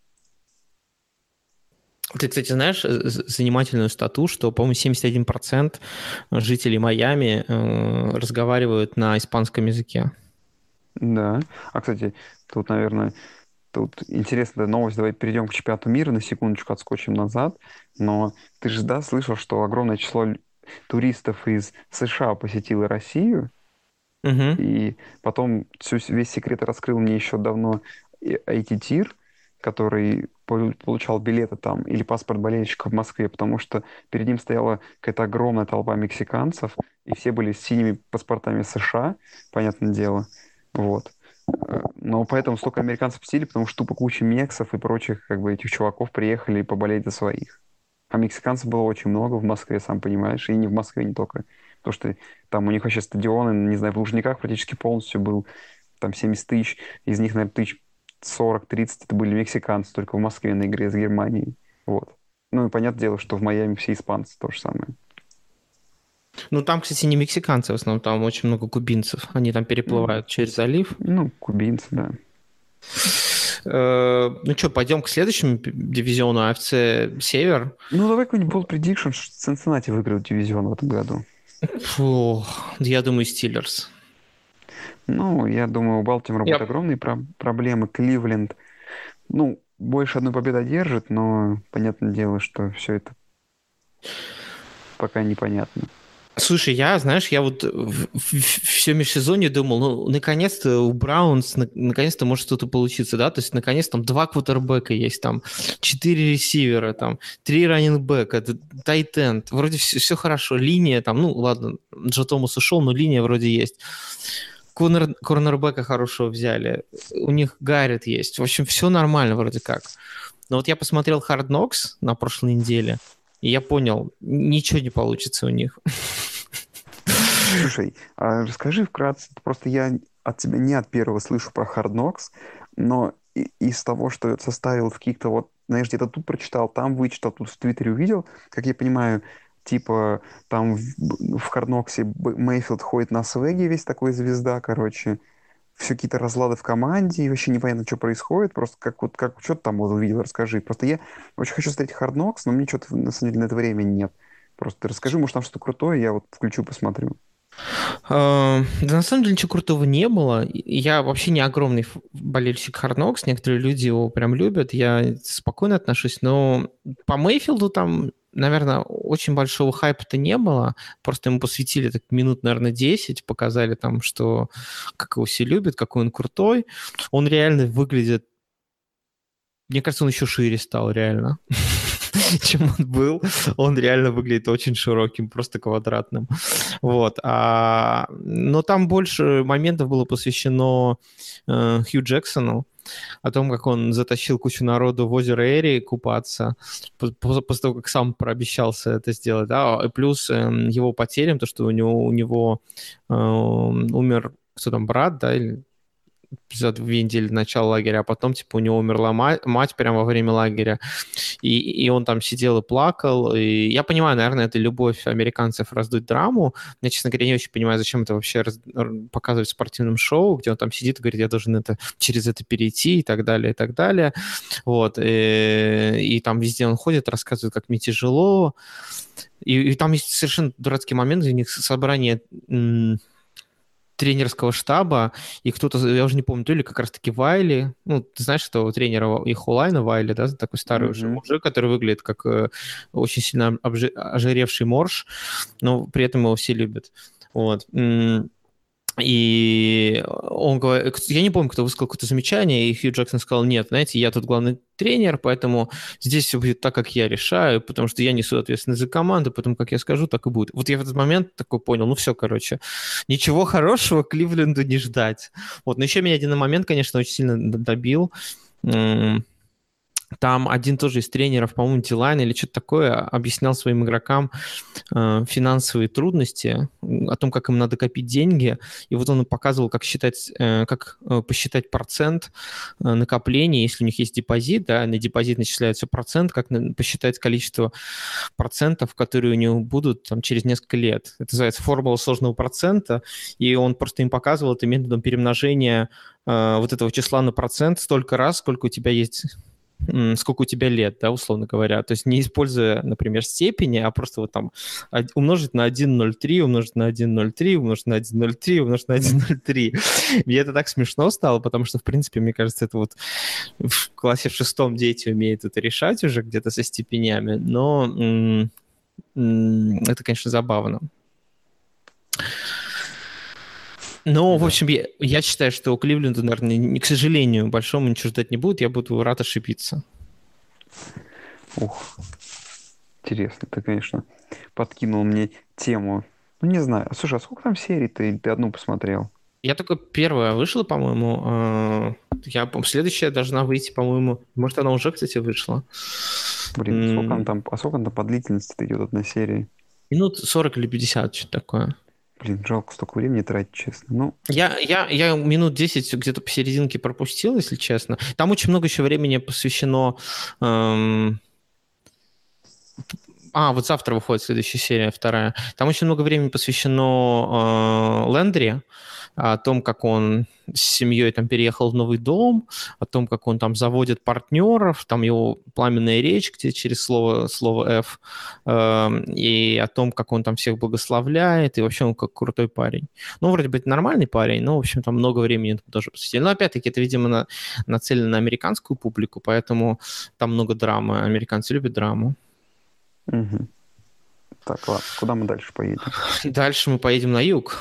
Ты, кстати, знаешь занимательную стату, что, по-моему, 71% жителей Майами разговаривают на испанском языке. Да. А, кстати, тут, наверное, тут интересная новость. Давай перейдем к чемпионату мира, на секундочку отскочим назад. Но ты же, да, слышал, что огромное число туристов из США посетило Россию, Угу. и потом весь секрет раскрыл мне еще давно IT-тир, который получал билеты там или паспорт болельщика в Москве, потому что перед ним стояла какая-то огромная толпа мексиканцев, и все были с синими паспортами США, понятное дело. Вот. Но поэтому столько американцев посетили, потому что тупо куча мексов и прочих как бы этих чуваков приехали поболеть за своих. А мексиканцев было очень много в Москве, сам понимаешь, и не в Москве не только. Потому что там у них вообще стадионы, не знаю, в Лужниках практически полностью был там 70 тысяч, из них, наверное, тысяч 40-30 это были мексиканцы только в Москве на игре с Германией. Вот. Ну и понятное дело, что в Майами все испанцы, то же самое. Ну, там, кстати, не мексиканцы в основном, там очень много кубинцев. Они там переплывают через залив. Ну, кубинцы, да. Ну что, пойдем к следующему дивизиону AFC Север. Ну, давай какой-нибудь bold prediction, что Цинциннати выиграет дивизион в этом году. Фу, я думаю, Стиллерс. Ну, я думаю, у Балтимора будут огромные проблемы. Кливленд, ну, больше одной победы одержит, но понятное дело, что все это пока непонятно. Слушай, знаешь, я вот все межсезонье думал, ну, наконец-то у Браунс, наконец-то может что-то получиться, да, то есть, наконец, там 2 квотербека есть, там 4 ресивера, там 3 раннингбека, тайт-энд, вроде все хорошо, линия там, ну, ладно, Джо Томас ушел, но линия вроде есть. Корнербека хорошего взяли, у них Гаррет есть, в общем, все нормально вроде как. Но вот я посмотрел Hard Knocks на прошлой неделе, и я понял, ничего не получится у них. Слушай, а расскажи вкратце, просто я от тебя не от первого слышу про Hard Knocks, но из того, что я составил в каких-то вот, знаешь, где-то тут прочитал, там вычитал, тут в Твиттере увидел, как я понимаю, типа там в Hard Knocks'е Мейфилд ходит на свеге, весь такой звезда, короче, все какие-то разлады в команде, и вообще непонятно, что происходит, просто как что ты там вот увидел, расскажи. Просто я очень хочу смотреть Hard Knocks, но мне что-то на самом деле на это времени нет. Просто ты расскажи, может, там что-то крутое, я вот включу, посмотрю. Да на самом деле ничего крутого не было. Я вообще не огромный болельщик Hard Knocks, некоторые люди его прям любят, я спокойно отношусь, но по Мейфилду там, наверное, очень большого хайпа-то не было, просто ему посвятили так минут, наверное, 10, показали там, что как его все любят, какой он крутой. Он реально выглядит, мне кажется, он еще шире стал реально, чем он был. Он реально выглядит очень широким, просто квадратным. Вот. Но там больше моментов было посвящено Хью Джексону, о том, как он затащил кучу народу в озеро Эри купаться, после того, как сам прообещался это сделать, да, и плюс его потерям, то, что у него умер, кто там, брат, да, или за 2 недели до начала лагеря, а потом, типа, у него умерла мать прямо во время лагеря, и он там сидел и плакал, и я понимаю, наверное, это любовь американцев раздуть драму, я, честно говоря, не очень понимаю, зачем это вообще показывать в спортивном шоу, где он там сидит и говорит, я должен через это перейти, и так далее, вот, и там везде он ходит, рассказывает, как мне тяжело, и там есть совершенно дурацкий момент, у них собрание тренерского штаба, и кто-то, я уже не помню, то ли как раз-таки Вайли, ну, ты знаешь, этого тренера их онлайна Вайли, да, такой старый уже мужик, который выглядит как очень сильно ожиревший морж, но при этом его все любят. Вот. И он говорит, я не помню, кто высказал какое-то замечание, и Хью Джексон сказал, нет, знаете, я тут главный тренер, поэтому здесь все будет так, как я решаю, потому что я несу ответственность за команду, поэтому как я скажу, так и будет. Вот я в этот момент такой понял, ну все, короче, ничего хорошего Кливленду не ждать. Вот, но еще меня один момент, конечно, очень сильно добил, там один тоже из тренеров, по-моему, Дилайн или что-то такое, объяснял своим игрокам финансовые трудности, о том, как им надо копить деньги. И вот он показывал, как считать, посчитать процент накопления, если у них есть депозит, да, на депозит начисляется процент, как посчитать количество процентов, которые у него будут там, через несколько лет. Это называется формула сложного процента, и он просто им показывал это методом перемножения вот этого числа на процент столько раз, сколько у тебя есть, сколько у тебя лет, да, условно говоря. То есть не используя, например, степени, а просто вот там умножить на 1,03, умножить на 1,03, умножить на 1,03, умножить на 1,03. Мне это так смешно стало, потому что, в принципе, мне кажется, это вот в классе шестом дети умеют это решать уже где-то со степенями, но это, конечно, забавно. Ну, в общем, я считаю, что у Кливленда, наверное, к сожалению, большому ничего ждать не будет. Я буду рад ошибиться. Ух, интересно, ты, конечно, подкинул мне тему. Ну, не знаю. Слушай, а сколько там серий ты одну посмотрел? Я только первая вышла, по-моему. Следующая должна выйти, по-моему. Может, она уже, кстати, вышла. Блин, сколько она там по длительности идет одна серия? Минут 40 или 50, что-то такое. Блин, жалко столько времени тратить, честно. Ну, Я минут 10 где-то посерединке пропустил, если честно. Там очень много еще времени посвящено... вот завтра выходит следующая серия, вторая. Там очень много времени посвящено Лендри, о том, как он с семьей там переехал в новый дом, о том, как он там заводит партнеров, там его пламенная речь, где через слово F, и о том, как он там всех благословляет, и вообще он как крутой парень. Ну, вроде бы это нормальный парень, но, в общем, там много времени тоже посвятили. Но, опять-таки, это, видимо, нацелено на американскую публику, поэтому там много драмы. Американцы любят драму. Угу. Так, ладно, куда мы дальше поедем? Дальше мы поедем на юг.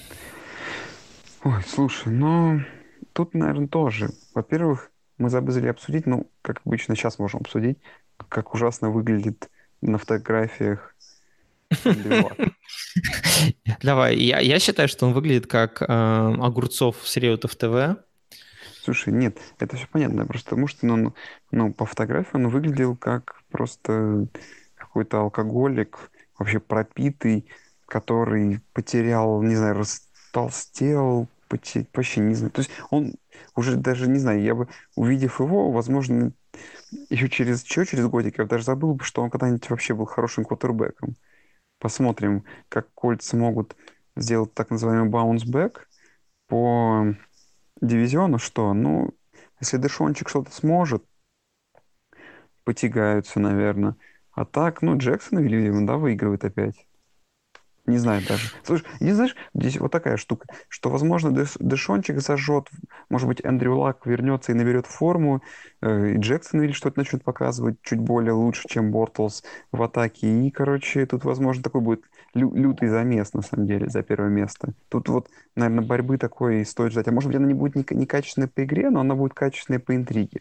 Ой, слушай, тут, наверное, тоже. Во-первых, мы забыли обсудить, как обычно, сейчас можем обсудить, как ужасно выглядит на фотографиях Эндрю Лак. Давай, я считаю, что он выглядит как Огурцов с Реутов ТВ. Слушай, нет, это все понятно, просто потому что, по фотографии он выглядел как просто какой-то алкоголик, вообще пропитый, который потерял, не знаю, растолстел, вообще не знаю. То есть он уже даже, не знаю, я бы, увидев его, возможно, еще через годик, я бы даже забыл бы, что он когда-нибудь вообще был хорошим квотербеком. Посмотрим, как кольцы могут сделать так называемый баунс-бэк по дивизиону, что, если Дэшончик что-то сможет, потягаются, наверное. А так, Джексон, видимо, да, выигрывает опять. Не знаю даже. Слушай, не знаешь, здесь вот такая штука, что, возможно, Дэшончик зажжет, может быть, Эндрю Лак вернется и наберет форму, и Джексон что-то начнет показывать чуть более лучше, чем Бортлс в атаке. И, короче, тут, возможно, такой будет лютый замес, на самом деле, за первое место. Тут вот, наверное, борьбы такой стоит ждать. А может быть, она не будет не качественной по игре, но она будет качественной по интриге.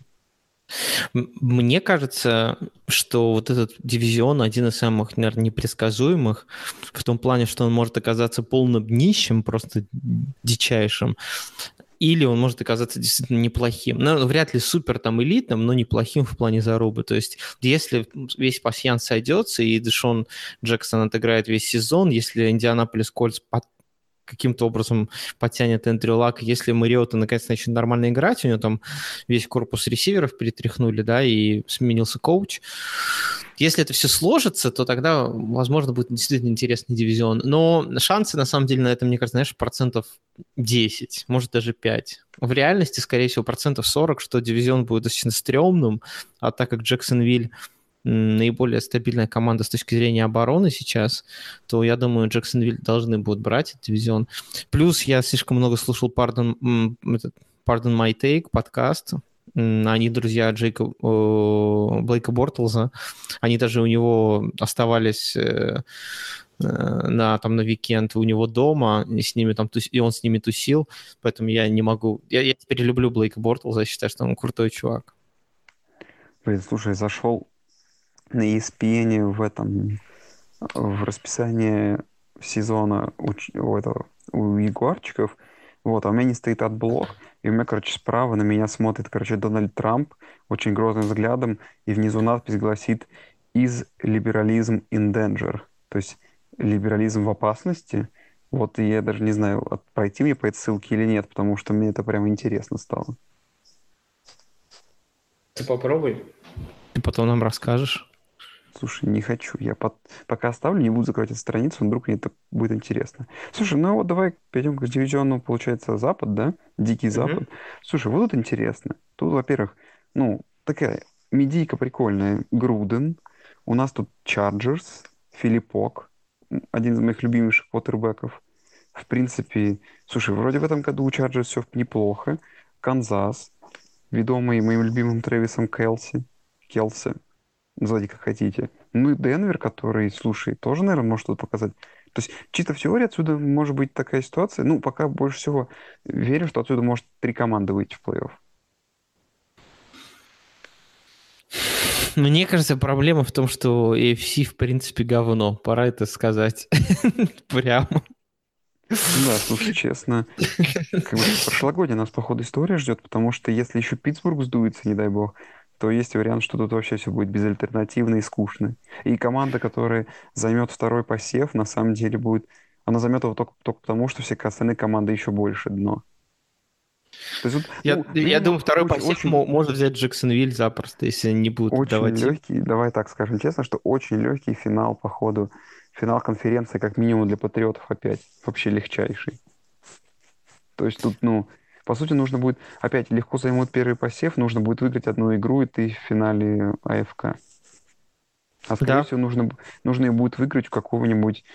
Мне кажется, что вот этот дивизион один из самых, наверное, непредсказуемых в том плане, что он может оказаться полным днищем, просто дичайшим, или он может оказаться действительно неплохим. Ну, вряд ли супер там элитным, но неплохим в плане зарубы. То есть если весь пасьянс сойдется, и Дэшон Джексон отыграет весь сезон, если Индианаполис Кольц каким-то образом подтянет Эндрю Лак. Если Мариотта наконец начнет нормально играть, у него там весь корпус ресиверов перетряхнули, да, и сменился коуч. Если это все сложится, то тогда, возможно, будет действительно интересный дивизион. Но шансы, на самом деле, на это, мне кажется, знаешь, процентов 10, может, даже 5. В реальности, скорее всего, процентов 40, что дивизион будет достаточно стрёмным, а так как Джексонвиль наиболее стабильная команда с точки зрения обороны сейчас, то, я думаю, Джексонвиль должны будут брать этот дивизион. Плюс я слишком много слушал Pardon My Take подкаст. Они друзья Блейка Бортлза. Они даже у него оставались на уикенд у него дома, и он с ними тусил, поэтому я не могу... Я теперь люблю Блейка Бортлза, я считаю, что он крутой чувак. Блин, слушай, зашел на ESPN в расписание сезона у ягуарчиков, Вот, а у меня не стоит отблок, и у меня, короче, справа на меня смотрит, короче, Дональд Трамп очень грозным взглядом, и внизу надпись гласит «Is liberalism in danger?» То есть либерализм в опасности. Вот, и я даже не знаю, пройти мне по этой ссылке или нет, потому что мне это прям интересно стало. Ты попробуй. Ты потом нам расскажешь. Слушай, не хочу. Пока оставлю, не буду закрывать эту страницу, вдруг мне это будет интересно. Слушай, ну вот давай перейдем к дивизиону, получается, Запад, да? Дикий Мгм. Запад. Слушай, вот тут интересно. Тут, во-первых, ну, такая медийка прикольная. Груден. У нас тут Чарджерс, Филиппок, один из моих любимейших квотербеков. В принципе, слушай, вроде в этом году у Чарджерс все неплохо. Канзас, ведомый моим любимым Трэвисом Келси. Называйте как хотите. Ну и Денвер, который, слушай, тоже, наверное, может что-то показать. То есть чисто в теории отсюда может быть такая ситуация. Ну, пока больше всего верю, что отсюда может 3 команды выйти в плей-офф. Мне кажется, проблема в том, что AFC в принципе говно. Пора это сказать прямо. Ну да, слушай, честно, как бы прошлогодняя нас, походу, история ждет, потому что если еще Питтсбург сдуется, не дай бог, то есть вариант, что тут вообще все будет безальтернативно и скучно. И команда, которая займет второй посев, на самом деле будет... Она займет его только потому, что все остальные команды еще больше дно. То есть, вот, ну, Я видимо, думаю, второй очень, посев очень, может взять Джексонвиль запросто, если они не будут очень отдавать им. легкий, давай так скажем честно, что очень легкий финал, походу, финал конференции, как минимум для Патриотов опять, вообще легчайший. То есть тут, ну, по сути, нужно будет, опять, легко займут первый посев, нужно будет выиграть одну игру, и ты в финале АФК. А скорее Да. всего, нужно и будет выиграть у какого-нибудь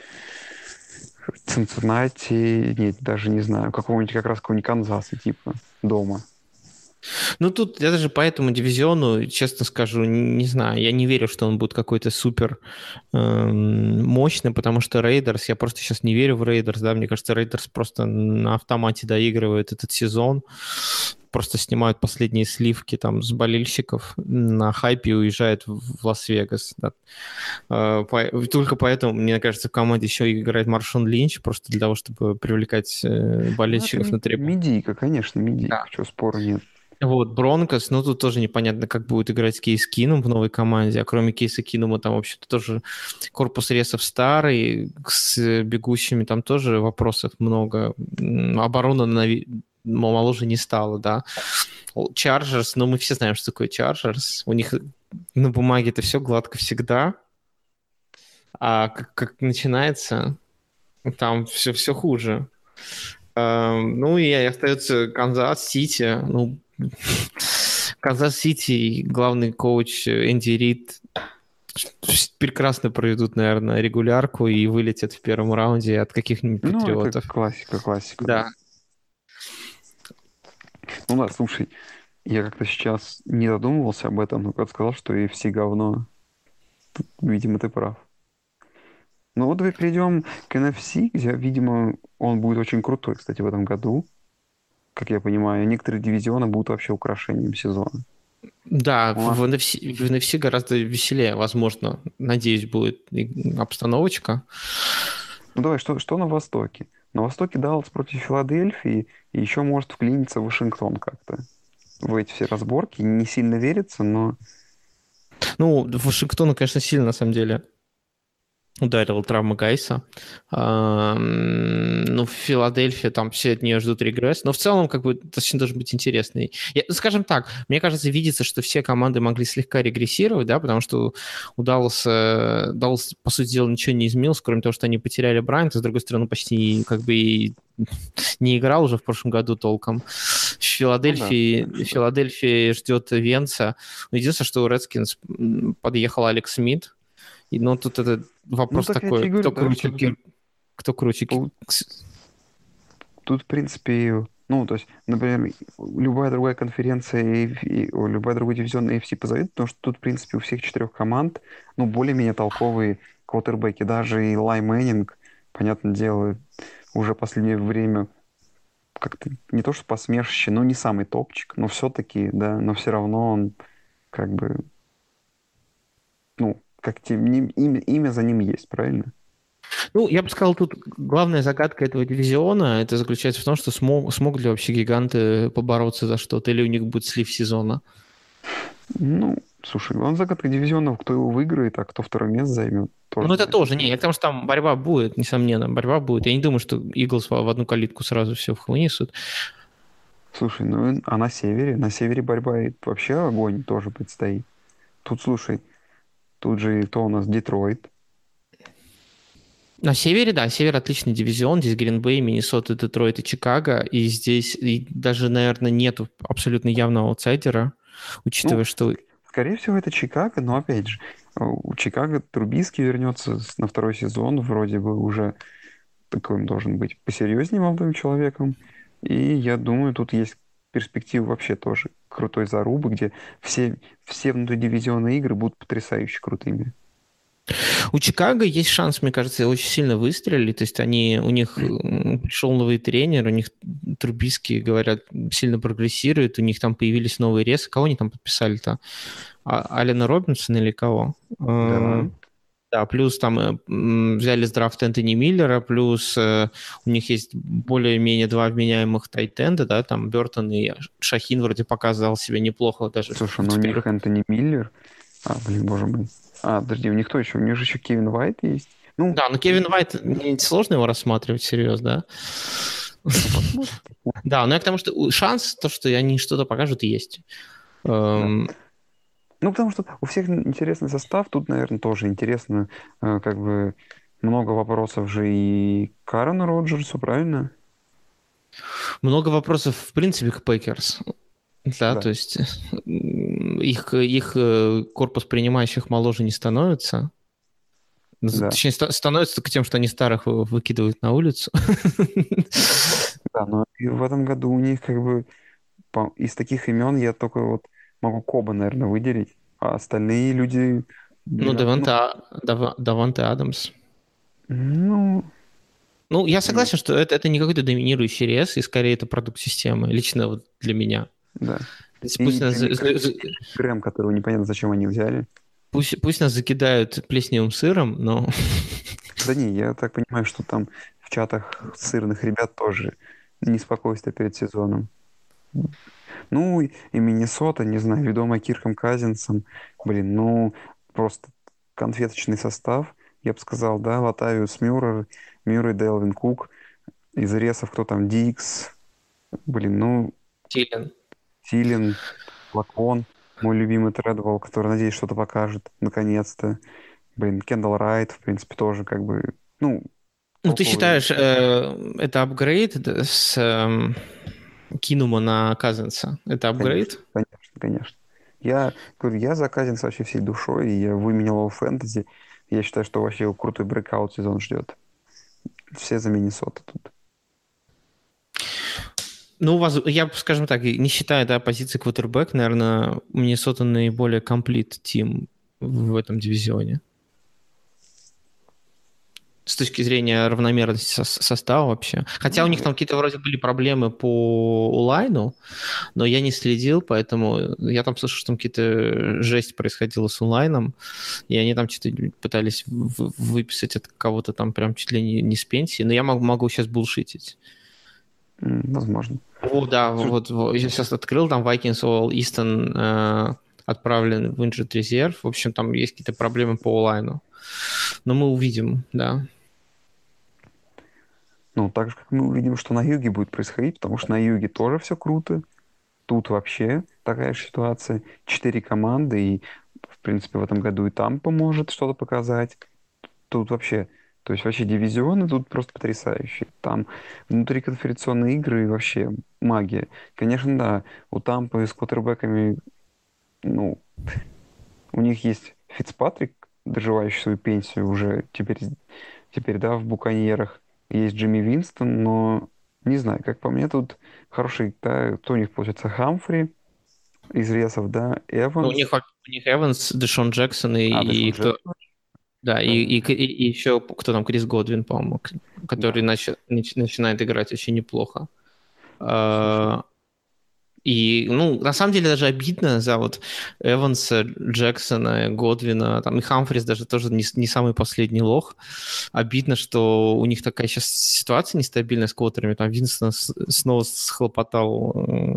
Цинциннати, нет, даже не знаю, какого-нибудь как раз какого-нибудь Канзаса, типа, дома. Ну, тут я даже по этому дивизиону, честно скажу, не знаю, я не верю, что он будет какой-то супер мощный, потому что Рейдерс, я просто сейчас не верю в Рейдерс, да, мне кажется, Рейдерс просто на автомате доигрывает этот сезон, просто снимают последние сливки там с болельщиков на хайпе и уезжают в Лас-Вегас. Да. Только поэтому, мне кажется, в команде еще играет Маршон Линч, просто для того, чтобы привлекать Ну, это болельщиков на трибуну. медийка, конечно, медийка, чего спора нет. Вот, Бронкос, ну, тут тоже непонятно, как будет играть Кейс Кинум в новой команде, а кроме Кейса Кинума там вообще-то тоже корпус ресов старый, с бегущими там тоже вопросов много. Оборона моложе не стала, да. Чарджерс, ну, мы все знаем, что такое Чарджерс. У них на бумаге это все гладко всегда, а как начинается, там все хуже. Ну и остается Канзас-Сити. Ну, Канзас-Сити, главный коуч Энди Рид прекрасно проведут, наверное, регулярку и вылетят в первом раунде от каких-нибудь Ну, это патриотов. классика, да. Да. Ну да, слушай, я как-то сейчас не задумывался об этом, но когда сказал, что и все говно, видимо, ты прав. Ну вот мы перейдем к NFC, где, видимо, он будет очень крутой, кстати, в этом году. Как я понимаю, некоторые дивизионы будут вообще украшением сезона. Да, У нас, в NFC гораздо веселее, возможно. Надеюсь, будет обстановочка. ну давай, что на Востоке? На Востоке Даллас против Филадельфии, и еще может вклиниться Вашингтон как-то в эти все разборки. Не сильно верится, но... Ну, Вашингтон, конечно, сильно, на самом деле, ударила травма Гайса. Ну, в Филадельфии там все от нее ждут регресс. Но в целом, как бы, достаточно должен быть интересный. Скажем так, мне кажется, видится, что все команды могли слегка регрессировать, да, потому что у Далласа, по сути дела, ничего не изменилось, кроме того, что они потеряли Брайанта, с другой стороны, почти как бы и не играл уже в прошлом году толком. В Ну да, так что... Филадельфии ждет Венца. Единственное, что у Редскинс подъехал Алекс Смит. Ну, тут это Ну вопрос так я тебе такой, говорю, да, что кто круче. тут, в принципе, ну, то есть, например, любая другая конференция, любая другой дивизион AFC позовет, потому что тут, в принципе, у всех 4 команд, ну, более-менее толковые квотербеки. Даже и Лай Мэннинг, понятное дело, уже в последнее время как-то не то что посмешище, но не самый топчик, но все-таки, да, но все равно он как бы, ну, как имя за ним есть, правильно? Ну, я бы сказал, тут главная загадка этого дивизиона это заключается в том, что смогут ли вообще гиганты побороться за что-то, или у них будет слив сезона. Ну, слушай, главная загадка дивизионов, кто его выиграет, а кто второе место займет, тоже Ну, это загадка. тоже, не, потому что там борьба будет, несомненно, борьба будет. Я не думаю, что Иглс в одну калитку сразу все вынесут. Слушай, а на севере борьба и вообще огонь тоже предстоит. Тут, слушай, тут же кто у нас? Детройт. На севере, да, север отличный дивизион. Здесь Грин-Бэй, Миннесота, Детройт и Чикаго. И здесь даже, наверное, нету абсолютно явного аутсайдера, учитывая, Ну, что... скорее всего, это Чикаго, но опять же, у Чикаго Трубиский вернется на второй сезон, вроде бы уже такой он должен быть посерьезнее молодым человеком. И я думаю, тут есть перспектива вообще тоже крутой зарубы, где все внутридивизионные игры будут потрясающе крутыми. У Чикаго есть шанс, мне кажется, очень сильно выстрелили. То есть у них пришел новый тренер, у них Трубиский, говорят, сильно прогрессирует, у них там появились новые резы. Кого они там подписали-то? Алена Робинсона или кого? Да. Да, плюс там взяли с драфта Энтони Миллера, плюс у них есть более-менее два вменяемых тайтенда, да, там Бертон и Шахин вроде показал себя неплохо даже. Слушай, ну у них Энтони Миллер. Блин, боже мой. Подожди, у них кто еще? У них же еще Кевин Уайт есть. Ну, Да, но Кевин Уайт, сложно его рассматривать серьезно, да? Да, но я к тому, что шанс, то, что они что-то покажут, есть. Ну, потому что у всех интересный состав, тут, наверное, тоже интересно, как бы много вопросов же и к Аарону Роджерсу, правильно? Много вопросов, в принципе, к Пекерс. Да, то есть их корпус принимающих моложе не становится. Да. Точнее, становится только тем, что они старых выкидывают на улицу. Да, но и в этом году у них как бы из таких имен я только вот могу Коба, наверное, выделить, а остальные люди... Ну, Даванте Адамс. Ну, Ну, я согласен, что это не какой-то доминирующий рез, и скорее это продукт системы, лично вот для меня. да. Пусть И Грэм, которого непонятно, зачем они взяли. Пусть нас закидают плесневым сыром, но... Да не, я так понимаю, что там в чатах сырных ребят тоже неспокойствие перед сезоном. Ну, и Миннесота, не знаю, ведомая Кирком Казинсом, блин, ну, просто конфеточный состав, я бы сказал, да, Латавиус Мюррей, Делвин Кук, из ресов кто там, Дикс, блин, ну, Тилен, Лакон, мой любимый Тредвелл, который, надеюсь, что-то покажет, наконец-то. Блин, Кендалл Райт, в принципе, тоже как бы, ну... Ну, ты считаешь, это апгрейд с Кинума на Казинса? Это апгрейд? Конечно. Я говорю, я за Казинса вообще всей душой, и я выменял его в фэнтези. Я считаю, что вообще его крутой брейкаут сезон ждет. Все за Миннесоту тут. Ну, у вас, я, скажем так, не считая, да, позиции квотербэк, наверное, Миннесота наиболее комплит тим в этом дивизионе. С точки зрения равномерности состава вообще. Хотя у них там какие-то вроде были проблемы по онлайну, но я не следил, поэтому я там слышал, что там какие-то жесть происходила с онлайном, и они там что-то пытались выписать от кого-то там прям чуть ли не с пенсии, но я могу сейчас булшитить. Возможно. О, да, вот я сейчас открыл, там Vikings All Eastern отправлен в Injured Reserve. В общем, там есть какие-то проблемы по онлайну. Но мы увидим, да. Ну, так же, как мы увидим, что на юге будет происходить, потому что на юге тоже все круто. Тут вообще такая же ситуация. 4 команды, и, в принципе, в этом году и Тампа может что-то показать. Тут вообще... То есть вообще дивизионы тут просто потрясающие. Там внутриконференционные игры и вообще магия. Конечно, да, у Тампы с квотербеками, ну, у них есть Фицпатрик, доживающий свою пенсию уже теперь, да, в Буконьерах. Есть Джимми Винстон, но не знаю, как по мне, тут хороший, да, кто у них получается, Хамфри из ресов, да, Эванс. У них Эванс, Дэшон Джексон и кто... Джексон. Да, и еще кто там, Крис Годвин, по-моему, который начинает играть очень неплохо. И, на самом деле даже обидно за вот Эванса, Джексона, Годвина, там и Хамфрис даже тоже не самый последний лох. Обидно, что у них такая сейчас ситуация нестабильная с квотерами. Там Винстон снова схлопотал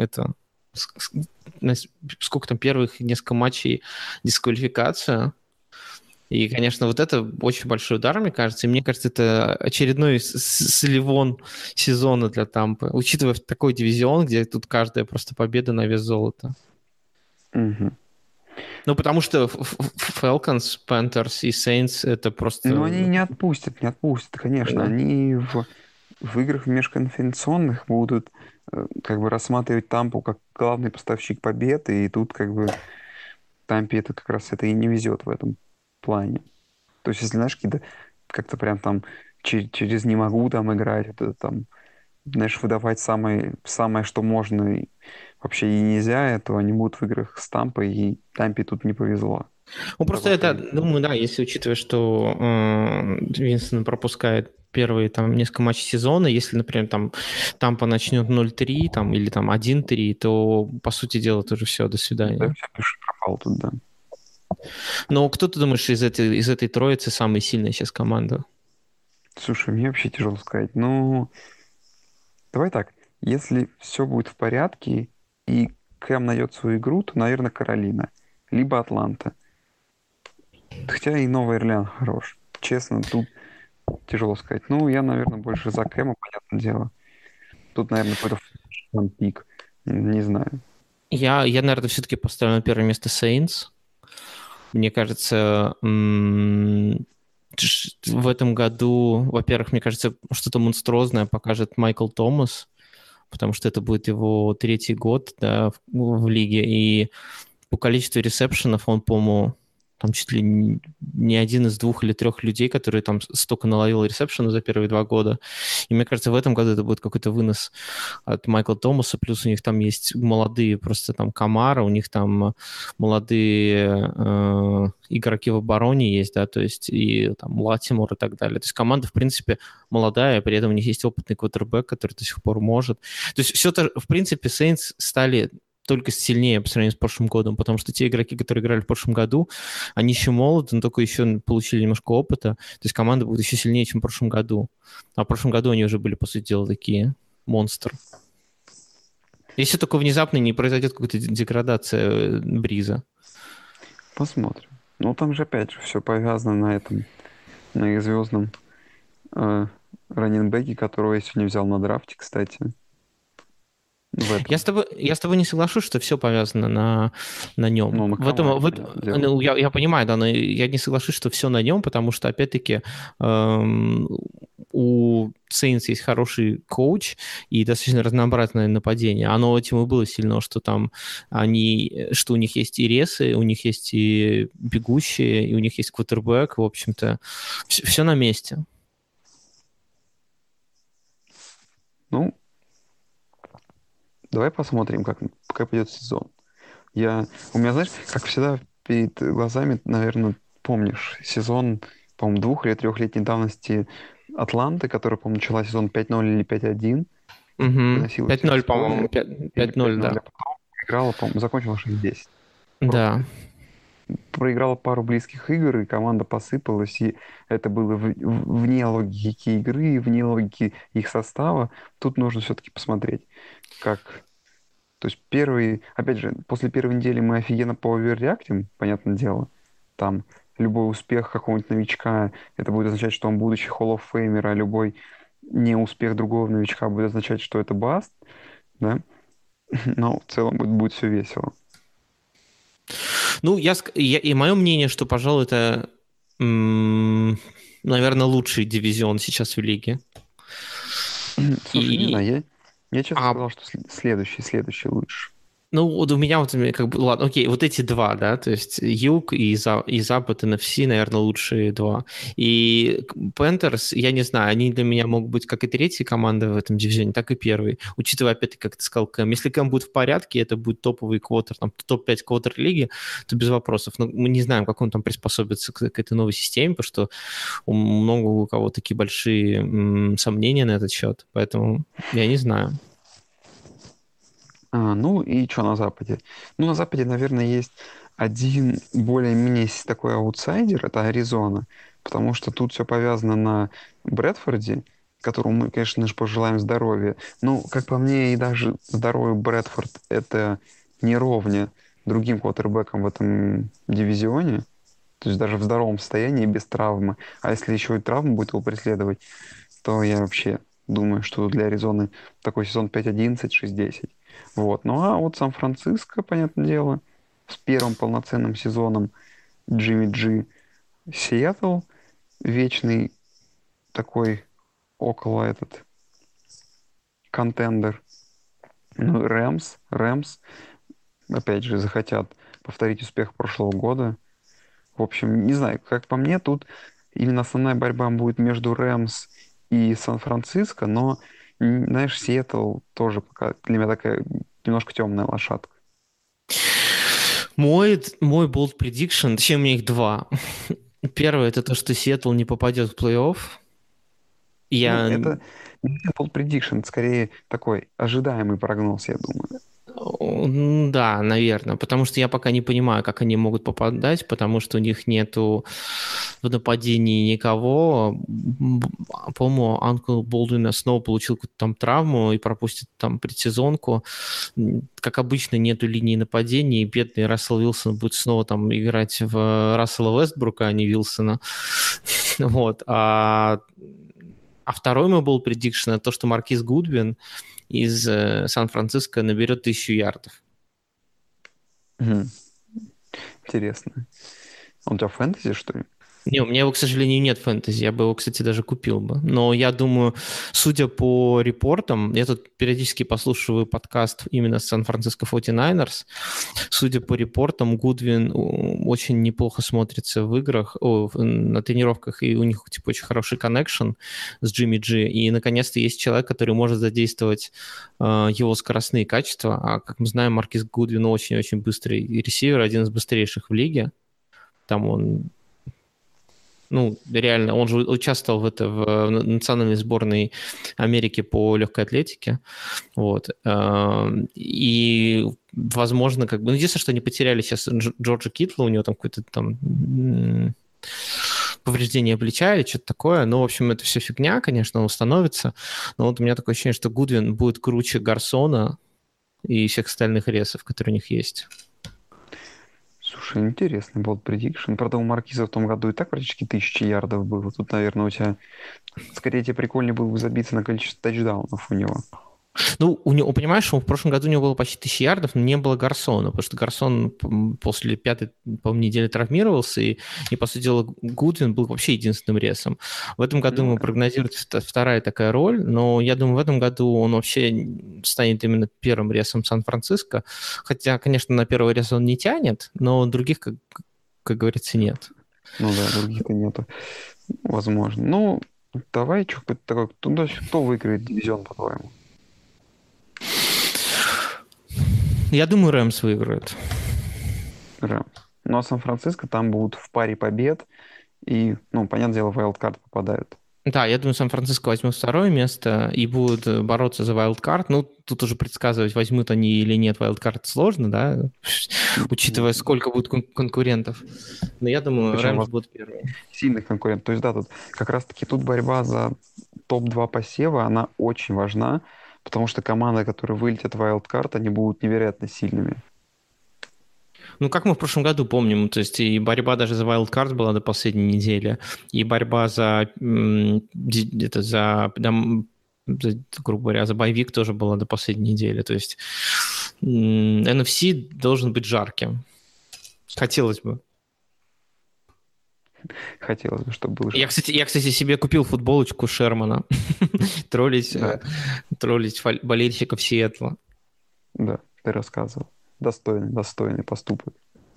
сколько там первых несколько матчей дисквалификацию. И, конечно, вот это очень большой удар, мне кажется. И мне кажется, это очередной сливон сезона для Тампы, учитывая такой дивизион, где тут каждая просто победа на вес золота. Угу. Потому что Falcons, Panthers и Saints это просто... Они не отпустят, конечно. Да. Они в играх межконференционных будут как бы рассматривать Тампу как главный поставщик побед, и тут как бы Тампе это как раз это и не везет в этом плане. То есть, если, знаешь, как-то прям там через не могу там играть, это там, знаешь, выдавать самое, что можно, и вообще и нельзя, то они будут в играх с Тампой, и Тампе тут не повезло. Просто это, думаю, да, если учитывая, что Винстон пропускает первые там несколько матчей сезона, если, например, там Тампа начнет 0-3 там, или там 1-3, то, по сути дела, тоже все, до свидания. Да, все, пиши пропал тут, да. Но кто ты думаешь из этой троицы самая сильная сейчас команда? Слушай, мне вообще тяжело сказать. Давай так. Если все будет в порядке, и Кэм найдет свою игру, то, наверное, Каролина. Либо Атланта. Хотя и Новый Орлеан хорош. Честно, тут тяжело сказать. Я, наверное, больше за Кэма, понятное дело. Тут, наверное, какой-то пик. Не знаю. Я, наверное, все-таки поставлю на первое место Saints. Мне кажется, в этом году, во-первых, мне кажется, что-то монструозное покажет Майкл Томас, потому что это будет его 3-й год, да, в лиге, и по количеству ресепшенов он, по-моему, там чуть ли не один из 2 или 3 людей, которые там столько наловил ресепшена за первые 2 года. И мне кажется, в этом году это будет какой-то вынос от Майкла Томаса, плюс у них там есть молодые просто там Камара, у них там молодые игроки в обороне есть, да, то есть и там Латимор и так далее. То есть команда, в принципе, молодая, при этом у них есть опытный квотербэк, который до сих пор может. То есть все это, в принципе, Saints стали только сильнее по сравнению с прошлым годом, потому что те игроки, которые играли в прошлом году, они еще молоды, но только еще получили немножко опыта, то есть команда будет еще сильнее, чем в прошлом году. А в прошлом году они уже были, по сути дела, такие монстры. Если только внезапно не произойдет какая-то деградация Бриза. Посмотрим. Там же опять же все повязано на этом, на их звездном раннинбеке, которого я сегодня взял на драфте, кстати. Я с тобой не соглашусь, что все повязано на нем. Я понимаю, да, но я не соглашусь, что все на нем, потому что, опять-таки, у Saints есть хороший коуч и достаточно разнообразное нападение. Оно этим и было сильно, что там что у них есть и ресы, у них есть и бегущие, и у них есть квотербэк, в общем-то, все на месте. Давай посмотрим, как пойдет сезон. У меня, знаешь, как всегда, перед глазами, наверное, помнишь, сезон, по-моему, 2 или 3-летней давности Атланты, которая, по-моему, начала сезон 5-0 или 5-1. 5-0, по-моему, 5-0, да. Играла, по-моему, закончила 6-10. Да. Проиграла пару близких игр, и команда посыпалась, и это было вне логики игры, вне логики их состава. Тут нужно все-таки посмотреть, как... То есть опять же, после первой недели мы офигенно пооверреактим, понятное дело. Там любой успех какого-нибудь новичка, это будет означать, что он будущий Hall of Famer, а любой неуспех другого новичка будет означать, что это баст, да? Но в целом будет все весело. И мое мнение, что, пожалуй, это, наверное, лучший дивизион сейчас в лиге. Слушай, не знаю, я честно сказал, что следующий лучше. У меня вот как бы... Ладно, окей, вот эти два, да, то есть Юг и Запад NFC, наверное, лучшие два. И Panthers, я не знаю, они для меня могут быть как и третья команда в этом дивизионе, так и первый. Учитывая, опять-таки, как ты сказал, Кэм. Если Кэм будет в порядке, это будет топовый квотер, там, топ-5 квотер лиги, то без вопросов. Но мы не знаем, как он там приспособится к этой новой системе, потому что много у кого такие большие сомнения на этот счет. Поэтому я не знаю. Ну и что на Западе? Ну, на Западе, наверное, есть один более-менее такой аутсайдер, это Аризона, потому что тут все повязано на Брэдфорде, которому мы, конечно же, пожелаем здоровья. Ну, как по мне, и даже здоровый Брэдфорд — это не ровня другим квотербекам в этом дивизионе, то есть даже в здоровом состоянии, без травмы. А если еще и травма будет его преследовать, то я вообще думаю, что для Аризоны такой сезон 5-11, 6-10. Вот. Ну а вот Сан-Франциско, понятное дело, с первым полноценным сезоном Джимми Джи. Сиэтл, вечный такой около этот контендер. Ну, Рэмс, опять же, захотят повторить успех прошлого года. В общем, не знаю, как по мне, тут именно основная борьба будет между Рэмс и Сан-Франциско, но, знаешь, Сиэтл тоже пока для меня такая немножко темная лошадка. Мой bold prediction, точнее, у меня их два. Первое, это то, что Сиэтл не попадет в плей-офф. Ну, это не bold prediction, это скорее такой ожидаемый прогноз, я думаю. Да, наверное, потому что я пока не понимаю, как они могут попадать, потому что у них нету в нападении никого. По-моему, Анкл Болдуин снова получил какую-то там травму и пропустит там предсезонку. Как обычно, нету линии нападения, и бедный Рассел Уилсон будет снова там играть в Рассела Вестбрука, а не Вилсона. Вот. А второй мой был предикшн, это то, что Маркиз Гудвин из Сан-Франциско наберет 1000 ярдов. Интересно. Он у тебя в фэнтези, что ли? Не, у меня его, к сожалению, нет в фэнтези. Я бы его, кстати, даже купил бы. Но я думаю, судя по репортам, я тут периодически послушиваю подкаст именно с Сан-Франциско 49ers, судя по репортам, Гудвин очень неплохо смотрится в играх, на тренировках, и у них типа очень хороший коннекшн с Джимми Джи. И, наконец-то, есть человек, который может задействовать его скоростные качества. А, как мы знаем, Маркиз Гудвин очень-очень быстрый ресивер, один из быстрейших в лиге. Там он... Ну, реально, он же участвовал в национальной сборной Америки по легкой атлетике. Вот. И, возможно, как бы... Ну, единственное, что они потеряли сейчас Джорджа Китла, у него там какое-то там повреждение плеча или что-то такое. Ну, в общем, это все фигня, конечно, он установится. Но вот у меня такое ощущение, что Гудвин будет круче Гарсона и всех остальных ресов, которые у них есть. Слушай, интересный bold prediction. Правда, у Маркиза в том году и так практически 1000 ярдов было. Тут, наверное, у тебя... Скорее, тебе прикольнее было бы забиться на количество тачдаунов у него. Ну, у него, понимаешь, в прошлом году у него было почти 1000 ярдов, но не было Гарсона, потому что Гарсон после 5-й, по-моему, недели травмировался, и, по сути дела, Гудвин был вообще единственным ресом. В этом году ему прогнозируется вторая такая роль, но я думаю, в этом году он вообще станет именно первым ресом Сан-Франциско, хотя, конечно, на первый рес он не тянет, но других, как говорится, нет. Ну да, других-то нету. Возможно. Ну, давай, что-то такое. Кто выиграет дивизион, по-твоему? Я думаю, Рэмс выиграет. Рэмс. Ну, а Сан-Франциско там будут в паре побед и, ну, понятное дело, в wildcard попадают. Да, я думаю, Сан-Франциско возьмет второе место и будут бороться за wildcard. Ну, тут уже предсказывать, возьмут они или нет wildcard, сложно, да, учитывая, сколько будет конкурентов. Но я думаю, Рэмс будет первым. Сильных конкурентов. То есть, да, тут как раз-таки тут борьба за топ-2 посева, она очень важна, потому что команды, которые вылетят в wildcard, они будут невероятно сильными. Ну, как мы в прошлом году помним, то есть и борьба даже за wildcard была до последней недели, и борьба грубо говоря, за боевик тоже была до последней недели. То есть NFC должен быть жарким. Хотелось бы. Хотелось бы, чтобы был жарким. Я, кстати, себе купил футболочку Шермана. Троллить болельщиков Сиэтла. Да, ты рассказывал. Достойный поступок.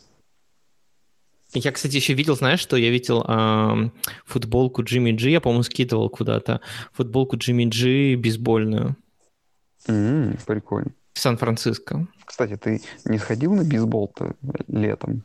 Я, кстати, еще видел, знаешь, что я видел футболку Джимми Джи, я, по-моему, скидывал куда-то, футболку Джимми Джи бейсбольную. Прикольно. В Сан-Франциско. Кстати, ты не сходил на бейсбол-то летом?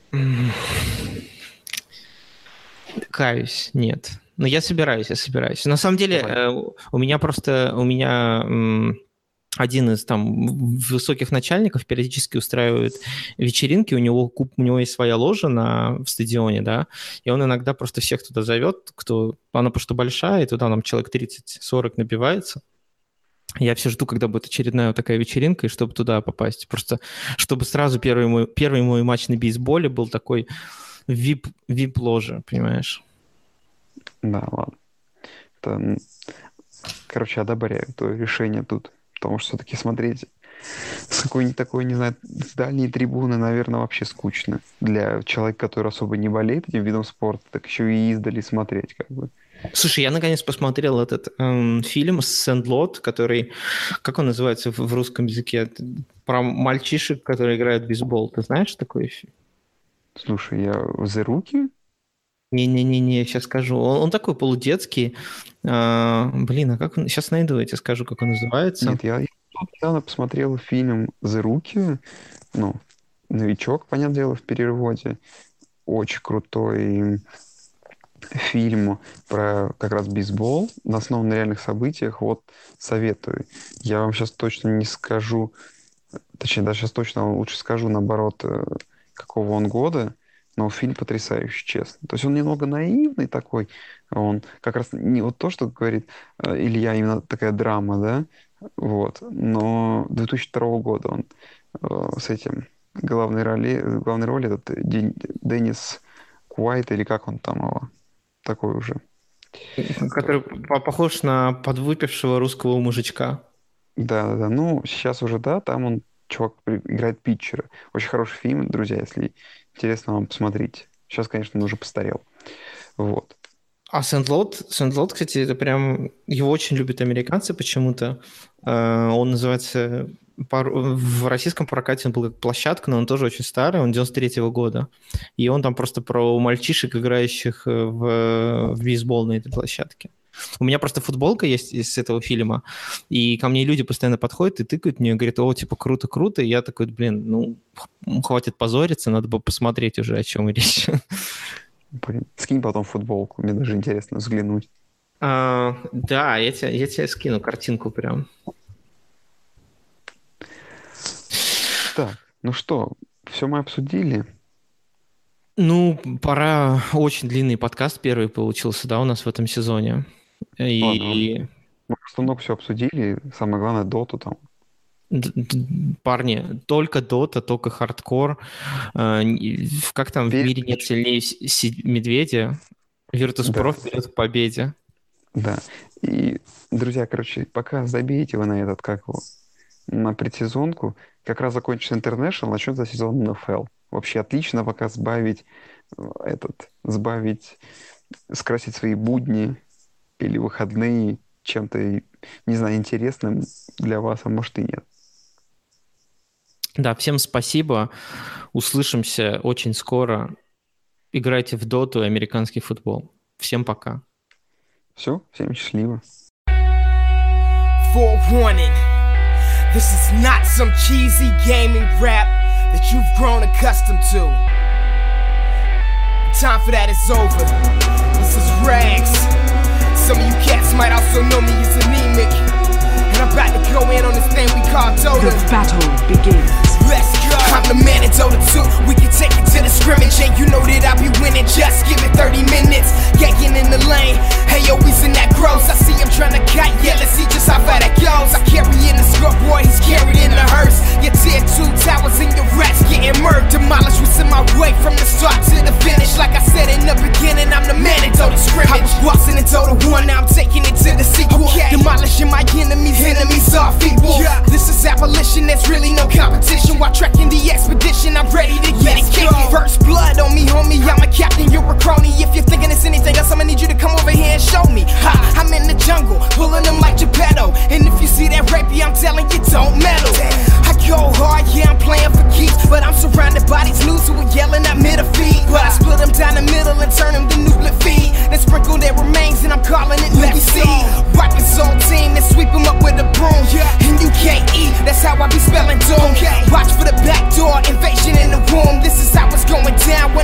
Каюсь, нет. Но я собираюсь. На самом деле, у меня один из там высоких начальников периодически устраивает вечеринки, у него есть своя ложа в стадионе, да, и он иногда просто всех туда зовет, она просто большая, и туда нам человек 30-40 набивается. Я все жду, когда будет очередная такая вечеринка, и чтобы туда попасть. Просто чтобы сразу первый мой матч на бейсболе был такой VIP-ложа, понимаешь? Да, ладно. Короче, одобряю твое решение тут. Потому что все-таки смотреть с какой-нибудь такой, не знаю, с дальней трибуны, наверное, вообще скучно. Для человека, который особо не болеет этим видом спорта, так еще и издали смотреть, как бы. Слушай, я наконец посмотрел этот фильм «Сэндлот», который, как он называется в русском языке, про мальчишек, которые играют в бейсбол. Ты знаешь такой фильм? Слушай, я «The Rookie»? Не, сейчас скажу. Он такой полудетский. Блин, а как он... Сейчас найду, я тебе скажу, как он называется. Нет, я недавно посмотрел фильм «The Rookie», ну, «Новичок», понятное дело, в переводе. Очень крутой фильм про как раз бейсбол, основан на реальных событиях. Вот, советую. Я вам сейчас точно не скажу, точнее, даже сейчас точно лучше скажу, наоборот, какого он года, но фильм потрясающий, честно. То есть он немного наивный такой, он как раз не вот то, что говорит Илья, именно такая драма, да, вот, но 2002 года он с этим главной роли этот Деннис Куайт, или как он там его, такой уже. Который похож на подвыпившего русского мужичка. Да. Ну, сейчас уже, да, там он, чувак, играет питчера. Очень хороший фильм, друзья, если интересно вам посмотреть. Сейчас, конечно, он уже постарел. Вот. А Сэндлот, кстати, это прям... Его очень любят американцы почему-то. Он называется... В российском прокате он был как «Площадка», но он тоже очень старый, он 93-го года. И он там просто про мальчишек, играющих в бейсбол на этой площадке. У меня просто футболка есть из этого фильма, и ко мне люди постоянно подходят и тыкают мне, говорят: о, типа, круто. И я такой: блин, ну, хватит позориться, надо бы посмотреть уже, о чем речь. Блин, скинь потом футболку, мне даже интересно взглянуть. Да, я тебе скину картинку прям. Так, ну что, все мы обсудили? Ну, пора. Очень длинный подкаст первый получился, да, у нас в этом сезоне. И... Мы просто много всего обсудили. Самое главное, доту там. Парни, только дота, только хардкор. Как там в мире нет сильнее медведя? Virtus.pro вперед к победе. Да. И, друзья, короче, пока забейте вы на этот, как его, на предсезонку, как раз закончится International, начнется сезон NFL. Вообще отлично пока скрасить свои будни или выходные чем-то, не знаю, интересным для вас, а может и нет. Да, всем спасибо. Услышимся очень скоро. Играйте в доту и американский футбол. Всем пока. Все, всем счастливо. Forewarning. This is not some cheesy gaming rap that you've grown accustomed to. The time for that is over. This is Rags. Some of you cats might also know me as Anemic. And I'm about to go in on this thing we call Dota. The battle begins. Let's go. I'm the man in Dota 2. We can take it to the scrimmage, and you know that I'll be winning. Just give it 30 minutes. Ganking in the lane. Hey, yo, he's in that gross. I see him trying to kite. Yeah, let's see just how far that goes. I carry in the score, boy. He's carried in the hearse. Your tier 2 towers and your rats getting murked. Demolished what's in my way from the start to the finish. Like I said in the beginning, I'm the man in Dota scrimmage. I was bossing in Dota 1, now I'm taking it to the sequel. Okay. Demolishing my enemies are feeble. Yeah. This is abolition, there's really no competition. While trekking the expedition, I'm ready to get it kicking. First blood on me, homie, I'm a captain, you're a crony. If you're thinking it's anything else, I'ma need you to come over here and show me. Ha, I'm in the jungle, pulling them like Geppetto. And if you see that rapey, I'm telling you, don't meddle. I go hard, yeah, I'm playing for keeps, but I'm surrounded by these news who are yelling at me to feed. But I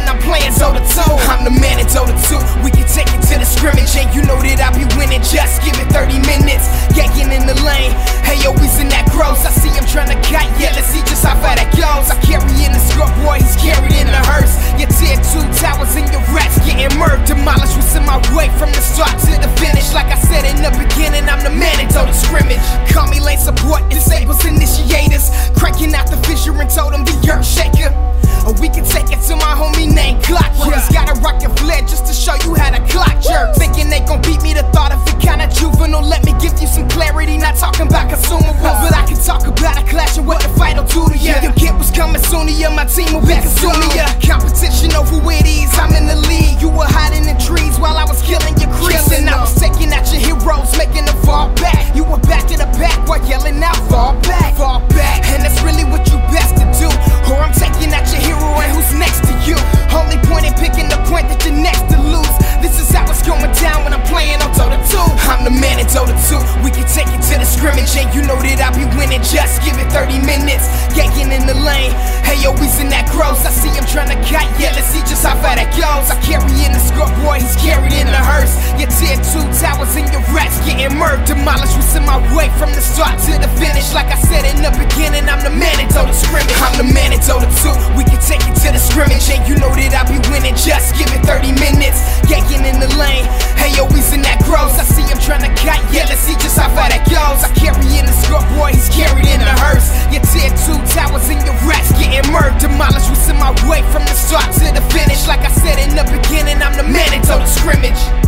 I'm playing Dota 2. I'm the man in Dota 2. We can take it to the scrimmage, and you know that I'll be winning. Just give it 30 minutes. Gagging in the lane. Hey, yo, he's in that gross. I see him trying to kite. Yeah, let's see just how far that goes. I carry in the score, boy, he's carried in the hearse. Your tier 2 towers and your rats getting murked. Demolished what's in my way from the start to the finish. Like I said in the beginning, I'm the man in Dota scrimmage. Call me lane support, disables, initiators. Cracking out the fissure and told him the earth shaker. Or we can take it to my homie named Clockwork. He's got a rocket flare just to show you how to clock jerk. Thinking they gon' beat me, the thought of it kinda juvenile. Let me give you some clarity, not talking about consumables, but I can talk about a clash and what the fight will do to you. Your kid was coming soon to you, my team will be consuming you. Competition over who it is, I'm in the lead. You were hiding in trees while I was killing your crease. And I was taking out your heroes, making them fall back. You were back in the back while yelling out, fall back, fall back. And that's really what you best to do. Or I'm taking out your hero and who's next to you. Only point and picking the point that you're next to lose. This is how it's going down when I'm playing on Dota 2. I'm the man in Dota 2. We can take it to the scrimmage, and you know that I'll be winning. Just give it 30 minutes. Gagging in the lane. Hey, yo, he's in that gross. I see him trying to kite. Yeah, let's see just how far that goes. I carry in the score, boy, he's carried in the hearse. Your tier 2 towers and your rats getting murked. Demolished what's in my way from the start to the finish. Like I said in the beginning, I'm the man in Dota scrimmage. I'm the man in Dota 2. We can take it to the scrimmage, and you know that I'll be winning. Just give it 30 minutes. Gagging in the lane. Hey, yo, he's in that gross. I see him trying to kite. Yeah, let's see just how far that goes. I carry in the score, boy, he's carried in the hearse. Your tier 2 towers and your rats getting murked. Demolished what's in my way from the start to the finish. Like I said in the beginning, I'm the man in Dota scrimmage.